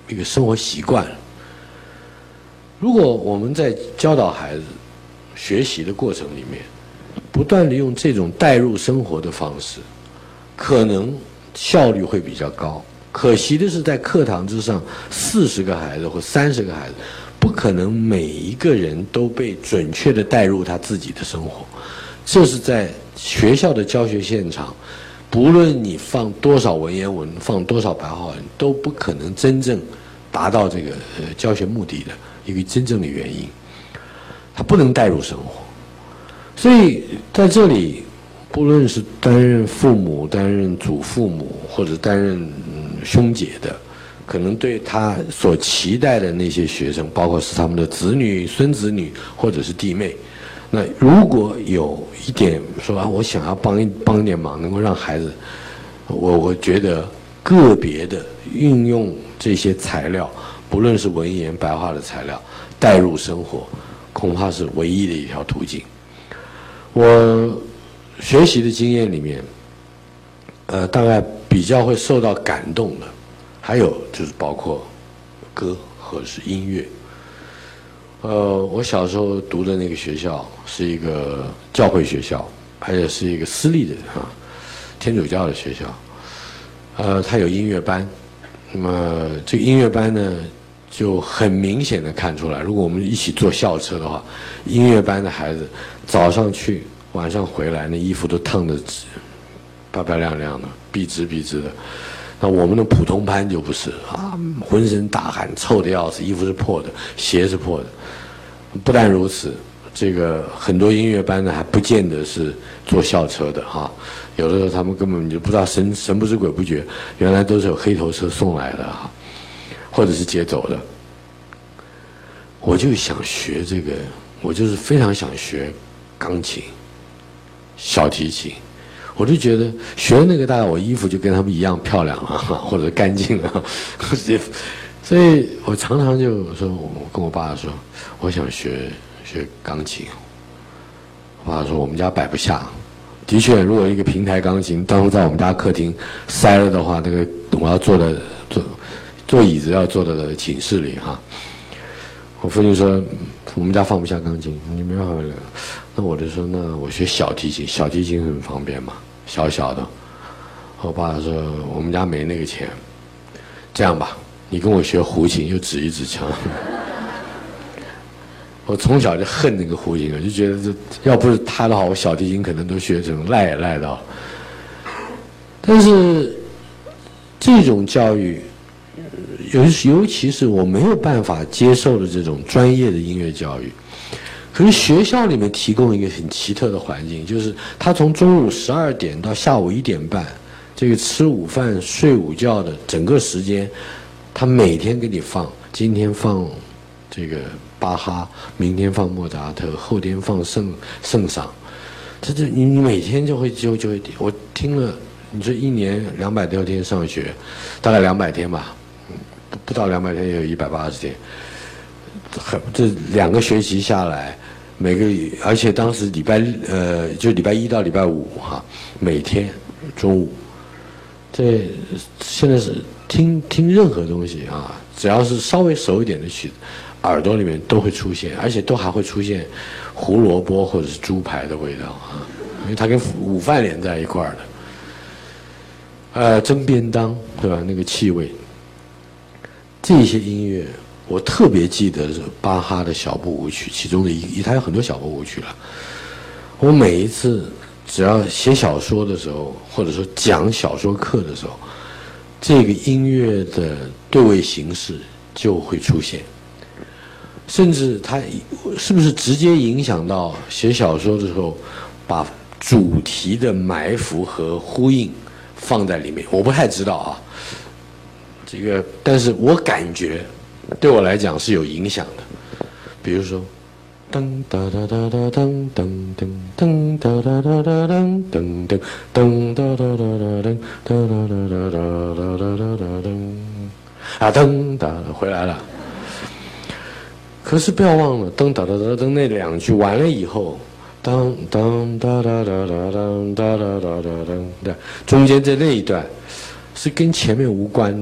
一个生活习惯。如果我们在教导孩子学习的过程里面，不断的用这种带入生活的方式，可能效率会比较高。可惜的是，在课堂之上，40个孩子或30个孩子，不可能每一个人都被准确的带入他自己的生活。这是在学校的教学现场，不论你放多少文言文，放多少白话文，都不可能真正达到这个教学目的的一个真正的原因。他不能带入生活，所以在这里，不论是担任父母、担任祖父母，或者担任兄姐的，可能对他所期待的那些学生，包括是他们的子女、孙子女，或者是弟妹，那如果有一点说我想要帮一点忙，能够让孩子，我觉得个别的运用这些材料，不论是文言白话的材料，带入生活，恐怕是唯一的一条途径。我学习的经验里面，大概比较会受到感动的，还有就是包括歌或者是音乐。我小时候读的那个学校是一个教会学校，而且是一个私立的天主教的学校。它有音乐班，那么这个音乐班呢，就很明显的看出来，如果我们一起坐校车的话，音乐班的孩子早上去，晚上回来，那衣服都烫得漂漂亮亮的，笔直的。那我们的普通班就不是浑身大汗，臭得要死，衣服是破的，鞋是破的。不但如此，这个很多音乐班呢还不见得是坐校车的有的时候他们根本就不知道神不知鬼不觉，原来都是有黑头车送来的或者是接走的。我就想学这个，我就是非常想学钢琴、小提琴。我就觉得学那个大概我衣服就跟他们一样漂亮或者干净所以我常常就说，我跟我爸说，我想学钢琴。我爸说我们家摆不下。的确，如果一个平台钢琴当初在我们家客厅塞了的话，那个我要坐椅子要坐到的寝室里我父亲说我们家放不下钢琴，你没办法。那我就说那我学小提琴，小提琴很方便嘛，小小的。我爸说我们家没那个钱，这样吧，你跟我学胡琴，又指一指墙。我从小就恨那个胡琴，我就觉得要不是他的话，我小提琴可能都学成赖也赖到。但是这种教育，尤其是我没有办法接受的这种专业的音乐教育，可是学校里面提供一个很奇特的环境，就是他从中午12点到下午1点半，这个吃午饭、睡午觉的整个时间，他每天给你放，今天放这个巴哈，明天放莫扎特，后天放圣桑，你每天就会我听了，你说1年260天上学，大概200天吧，不到200天也有180天，这2个学期下来，而且当时就礼拜1到礼拜5每天中午，这现在是听任何东西只要是稍微熟一点的曲子，耳朵里面都会出现，而且都还会出现胡萝卜或者是猪排的味道因为它跟午饭连在一块儿的。蒸便当对吧？那个气味，这些音乐我特别记得是巴哈的小步舞曲，其中的他有很多小步舞曲了。我每一次只要写小说的时候，或者说讲小说课的时候，这个音乐的对位形式就会出现，甚至它是不是直接影响到写小说的时候把主题的埋伏和呼应放在里面，我不太知道这个，但是我感觉对我来讲是有影响的。比如说噔哒哒哒哒噔噔噔噔哒哒哒哒噔噔噔噔哒哒哒哒噔哒哒哒哒哒哒哒哒噔噔哒回来了。可是不要忘了噔哒哒哒噔那2句完了以后，当当哒哒哒哒当哒哒哒哒当，中间在那一段是跟前面无关的，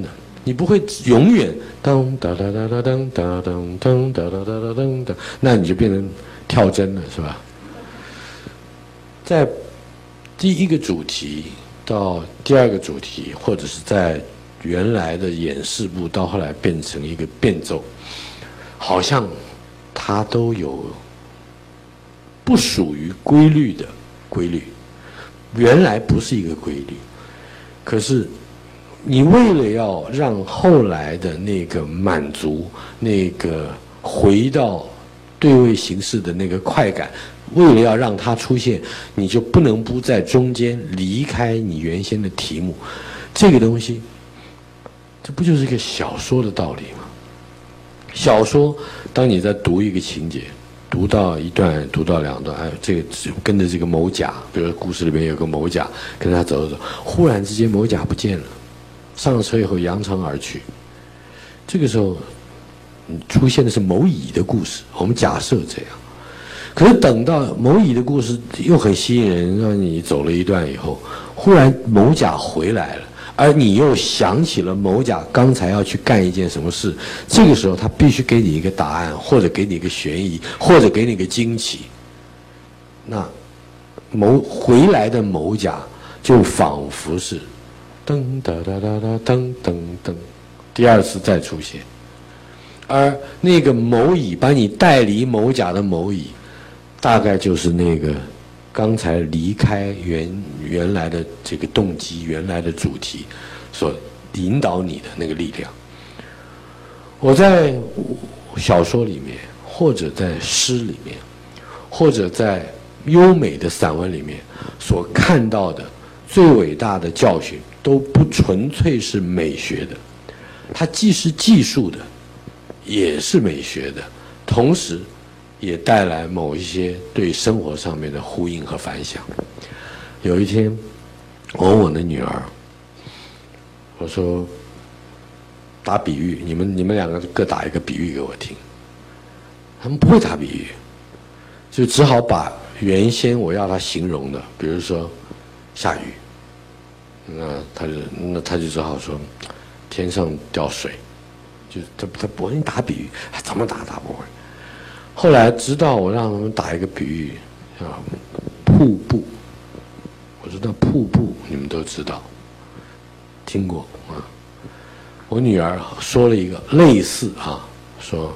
你不会永远当哒哒哒哒当哒当当哒哒哒哒当当，那你就变成跳针了，是吧？在第一个主题到第二个主题，或者是在原来的演示部到后来变成一个变奏，好像它都有不属于规律的规律，原来不是一个规律，可是你为了要让后来的那个满足，那个回到对位形式的那个快感，为了要让它出现，你就不能不在中间离开你原先的题目。这个东西，这不就是一个小说的道理吗？小说，当你在读一个情节，读到一段，读到两段，哎，这个跟着这个某甲，比如故事里面有个某甲，跟他走走走，忽然之间某甲不见了，上了车以后扬长而去。这个时候，出现的是某乙的故事，我们假设这样。可是等到某乙的故事又很吸引人，让你走了一段以后，忽然某甲回来了，而你又想起了某甲刚才要去干一件什么事，这个时候他必须给你一个答案，或者给你一个悬疑，或者给你一个惊奇。那回来的某甲就仿佛是噔哒哒哒哒噔噔噔，第二次再出现，而那个某乙把你带离某甲的某乙，大概就是那个刚才离开原来的这个动机、原来的主题所引导你的那个力量。我在小说里面，或者在诗里面，或者在优美的散文里面所看到的最伟大的教训，都不纯粹是美学的，它既是技术的，也是美学的，同时也带来某一些对生活上面的呼应和反响。有一天，我问我的女儿，我说打比喻，你们两个各打一个比喻给我听。他们不会打比喻，就只好把原先我要他形容的，比如说下雨，那他就只好说天上掉水，就他不会打比喻，怎么打不会。后来直到我让他们打一个比喻，啊，瀑布。我说那瀑布你们都知道，听过啊。我女儿说了一个类似啊，说，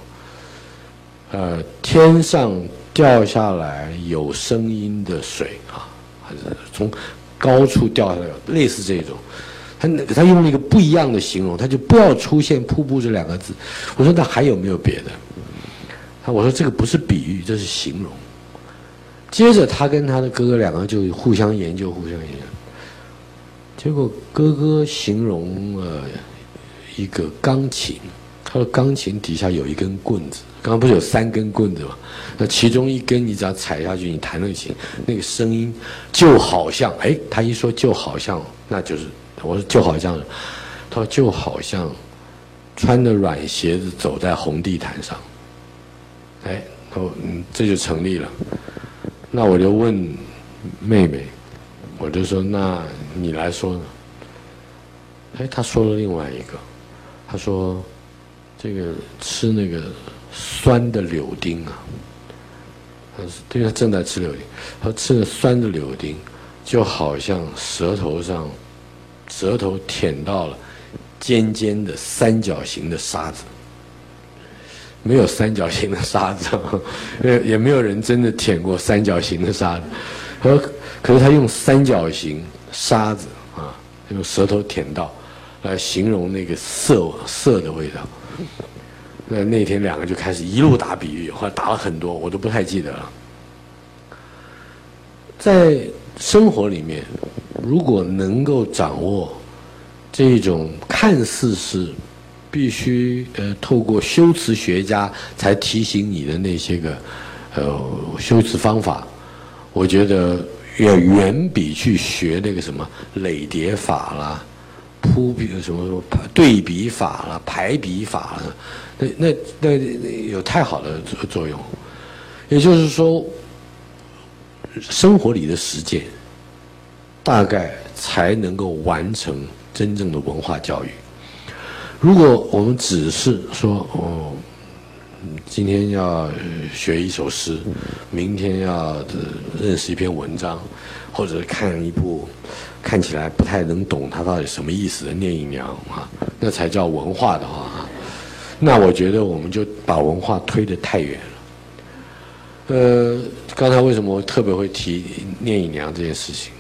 天上掉下来有声音的水啊，还是从高处掉下来，类似这种。他用了一个不一样的形容，他就不要出现瀑布这两个字。我说那还有没有别的？我说这个不是比喻，这是形容。接着他跟他的哥哥两个就互相研究，结果哥哥形容了一个钢琴，他说钢琴底下有一根棍子，刚刚不是有3根棍子吗？那其中一根你只要踩下去，你弹那个琴，那个声音就好像，他一说就好像，那就是我说就好像，他说就好像穿着软鞋子走在红地毯上，这就成立了。那我就问妹妹，我就说那你来说呢？她说了另外一个，她说这个吃那个酸的柳丁啊，因为她正在吃柳丁，她说吃了酸的柳丁，就好像舌头舔到了尖尖的三角形的沙子。没有三角形的沙子，也没有人真的舔过三角形的沙子。可是他用三角形沙子啊，用舌头舔到，来形容那个涩的味道。那天两个就开始一路打比喻，后来打了很多，我都不太记得了。在生活里面，如果能够掌握这种看似是必须透过修辞学家才提醒你的那些个修辞方法，我觉得也远比去学那个什么累叠法啦、什么对比法啦、排比法啦，那有太好的作用。也就是说，生活里的实践大概才能够完成真正的文化教育。 如果我们只是说哦，今天要学一首诗，明天要认识一篇文章，或者看一部看起来不太能懂它到底什么意思的聂隐娘啊，那才叫文化的话啊，那我觉得我们就把文化推得太远了。刚才为什么我特别会提聂隐娘这件事情？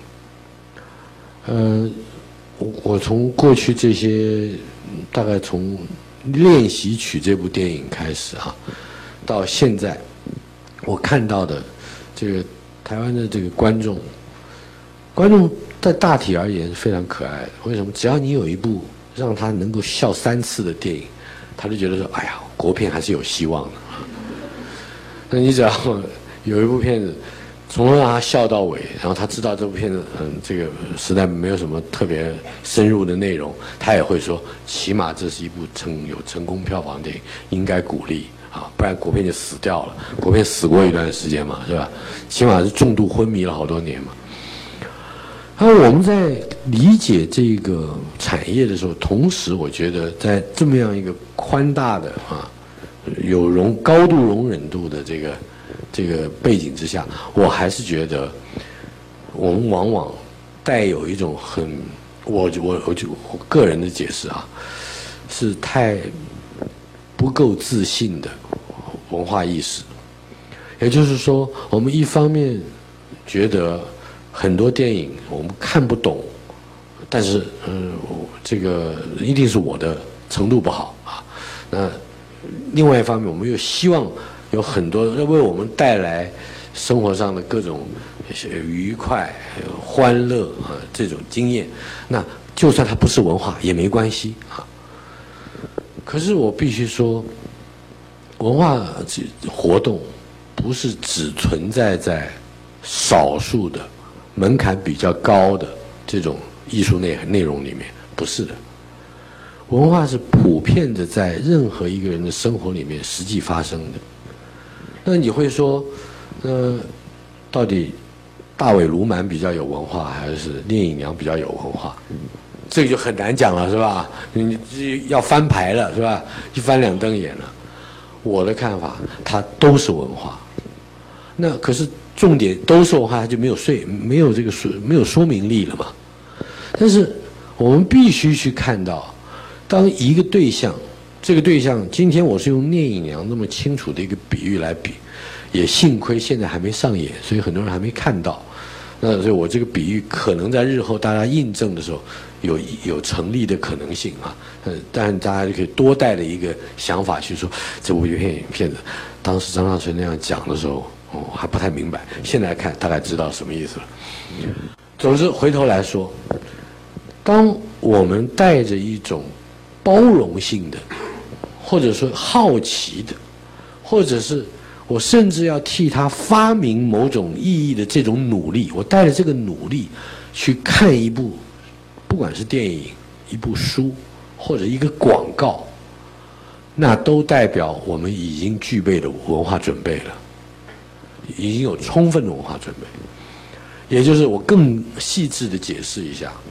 我从过去这些，大概从《练习曲》这部电影开始啊，到现在，我看到的这个台湾的这个观众在大体而言是非常可爱的。为什么？只要你有一部让他能够笑3次的电影，他就觉得说，哎呀，国片还是有希望的。那你只要有一部片子，从头让他笑到尾，然后他知道这部片子，这个实在没有什么特别深入的内容，他也会说，起码这是一部有成功票房电影，应该鼓励啊，不然国片就死掉了。国片死过一段时间嘛，是吧？起码是重度昏迷了好多年嘛。然后我们在理解这个产业的时候，同时我觉得在这么样一个宽大的有高度容忍度的这个背景之下，我还是觉得我们往往带有一种我个人的解释啊，是太不够自信的文化意识。也就是说，我们一方面觉得很多电影我们看不懂，但是这个一定是我的程度不好啊。那另外一方面，我们又希望有很多为我们带来生活上的各种愉快、欢乐啊这种经验，那就算它不是文化也没关系啊。可是我必须说，文化活动不是只存在少数的门槛比较高的这种艺术内容里面，不是的。文化是普遍的在任何一个人的生活里面实际发生的。那你会说，到底大尾鲈鳗比较有文化，还是聂隐娘比较有文化？这个就很难讲了，是吧？你要翻牌了，是吧？一翻两瞪眼了。我的看法，它都是文化。那可是重点都是文化，它就没有说明力了嘛。但是我们必须去看到，当一个对象，这个对象，今天我是用聂隐娘那么清楚的一个比喻来比，也幸亏现在还没上演，所以很多人还没看到。那所以我这个比喻可能在日后大家印证的时候有成立的可能性啊。但大家就可以多带了一个想法去说，这部片子当时张大春那样讲的时候，还不太明白，现在看大概知道什么意思了。总之回头来说，当我们带着一种包容性的，或者说好奇的，或者是我甚至要替他发明某种意义的这种努力，我带着这个努力去看一部，不管是电影、一部书或者一个广告，那都代表我们已经具备了文化准备了，已经有充分的文化准备。也就是我更细致的解释一下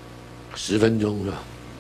，10分钟是吧？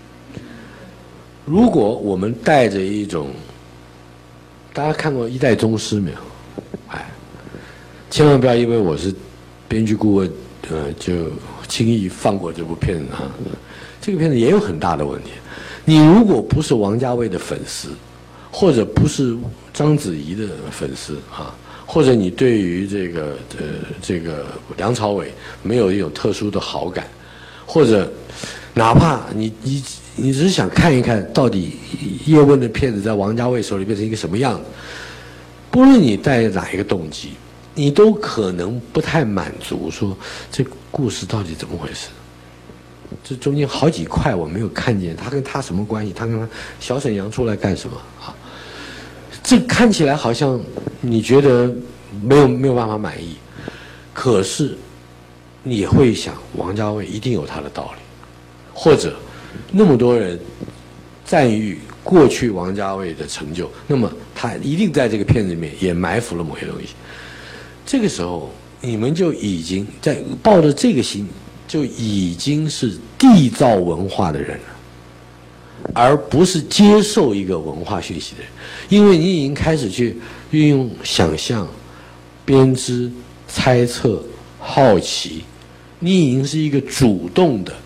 如果我们带着一种，大家看过《一代宗师》没有？千万不要因为我是编剧顾问，就轻易放过这部片子啊。这个片子也有很大的问题。你如果不是王家卫的粉丝，或者不是章子怡的粉丝啊，或者你对于这个梁朝伟没有一种特殊的好感，或者哪怕你只是想看一看到底叶问的片子在王家卫手里变成一个什么样子，不论你带哪一个动机，你都可能不太满足，说这故事到底怎么回事？这中间好几块我没有看见，他跟他什么关系？他跟小沈阳出来干什么啊？这看起来好像你觉得没有办法满意，可是你也会想，王家卫一定有他的道理，或者那么多人赞誉过去王家卫的成就，那么他一定在这个片子里面也埋伏了某些东西。这个时候你们就已经在抱着这个心，就已经是缔造文化的人了。 而不是接受一个文化讯息的人，因为你已经开始去运用想象、编织、猜测、好奇，你已经是一个主动的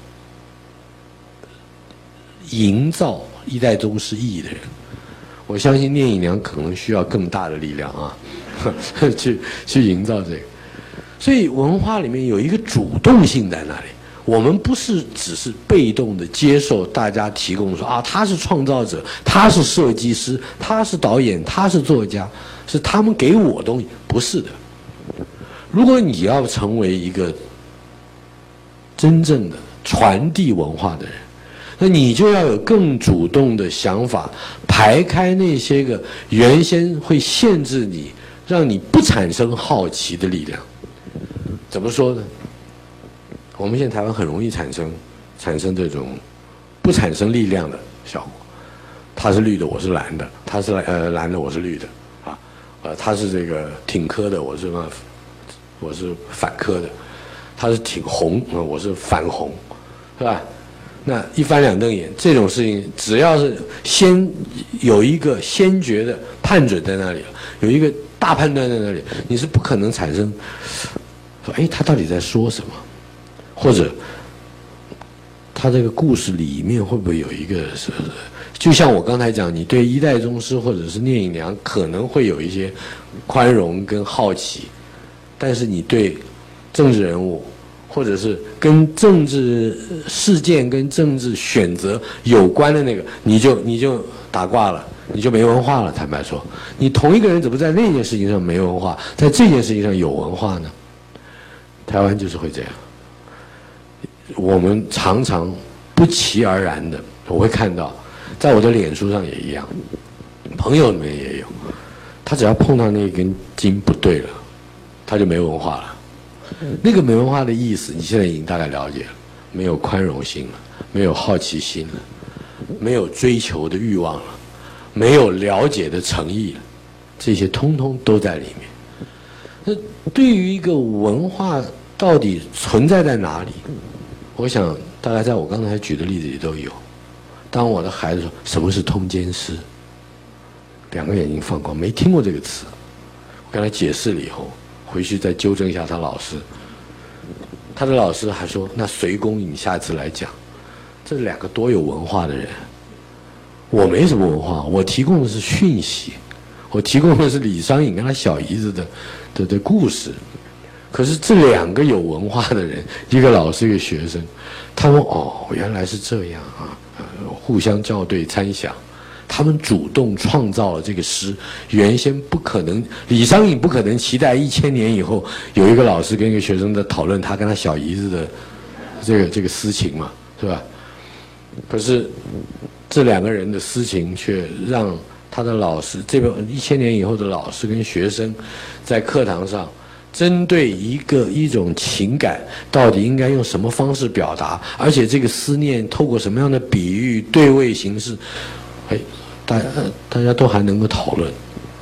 营造一代宗师意义的人。我相信聂隐娘可能需要更大的力量啊，去营造这个。所以文化里面有一个主动性在那里。我们不是只是被动的接受大家提供说啊，他是创造者，他是设计师，他是导演，他是作家，是他们给我东西，不是的。如果你要成为一个真正的传递文化的人，那你就要有更主动的想法，排开那些个原先会限制你，让你不产生好奇的力量。怎么说呢？我们现在台湾很容易产生这种不产生力量的效果。他是绿的，我是蓝的；他是蓝的，我是绿的。啊，他是这个挺科的，我是反科的；他是挺红，我是反红，是吧？那一翻两瞪眼，这种事情只要是先有一个先决的判准在那里，有一个大判断在那里，你是不可能产生说，哎，他到底在说什么？或者他这个故事里面会不会有一个是，就像我刚才讲，你对一代宗师或者是聂隐娘可能会有一些宽容跟好奇，但是你对政治人物或者是跟政治事件跟政治选择有关的那个，你就打挂了，你就没文化了。坦白说，你同一个人怎么在那件事情上没文化，在这件事情上有文化呢？台湾就是会这样。我们常常不期而然的，我会看到，在我的脸书上也一样，朋友里面也有，他只要碰到那根筋不对了，他就没文化了。那个没文化的意思，你现在已经大概了解了，没有宽容心了，没有好奇心了，没有追求的欲望了，没有了解的诚意了，这些通通都在里面。那对于一个文化到底存在在哪里？我想大概在我刚才举的例子里都有。当我的孩子说什么是通奸师，两个眼睛放光，没听过这个词。我跟他解释了以后，回去再纠正一下他老师。他的老师还说，那隋公你下次来讲。这两个多有文化的人，我没什么文化，我提供的是讯息，我提供的是李商隐跟他小姨子的故事。可是这两个有文化的人，一个老师一个学生，他们哦原来是这样啊，互相校对参详，他们主动创造了这个诗，原先不可能，李商隐不可能期待1000年以后有一个老师跟一个学生在讨论他跟他小姨子的这个私情嘛，是吧？可是这两个人的私情却让他的老师，这个1000年以后的老师跟学生在课堂上针对一种情感，到底应该用什么方式表达，而且这个思念透过什么样的比喻、对位形式，哎，大家都还能够讨论。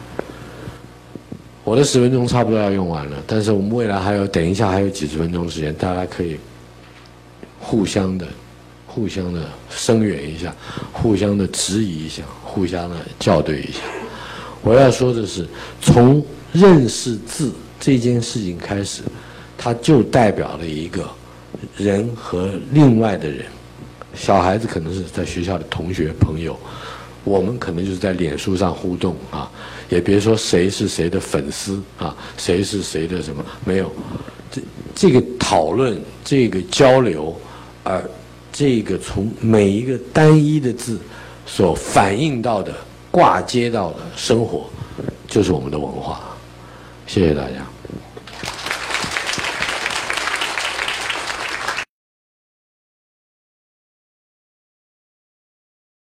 我的10分钟差不多要用完了，但是我们未来等一下还有几十分钟时间，大家可以互相的声援一下，互相的质疑一下，互相的校对一下。我要说的是，从认识字这件事情开始，它就代表了一个人和另外的人。小孩子可能是在学校的同学朋友，我们可能就是在脸书上互动啊，也别说谁是谁的粉丝啊，谁是谁的什么，没有。这个讨论，这个交流，而这个从每一个单一的字所反映到的、挂接到的生活，就是我们的文化。谢谢大家。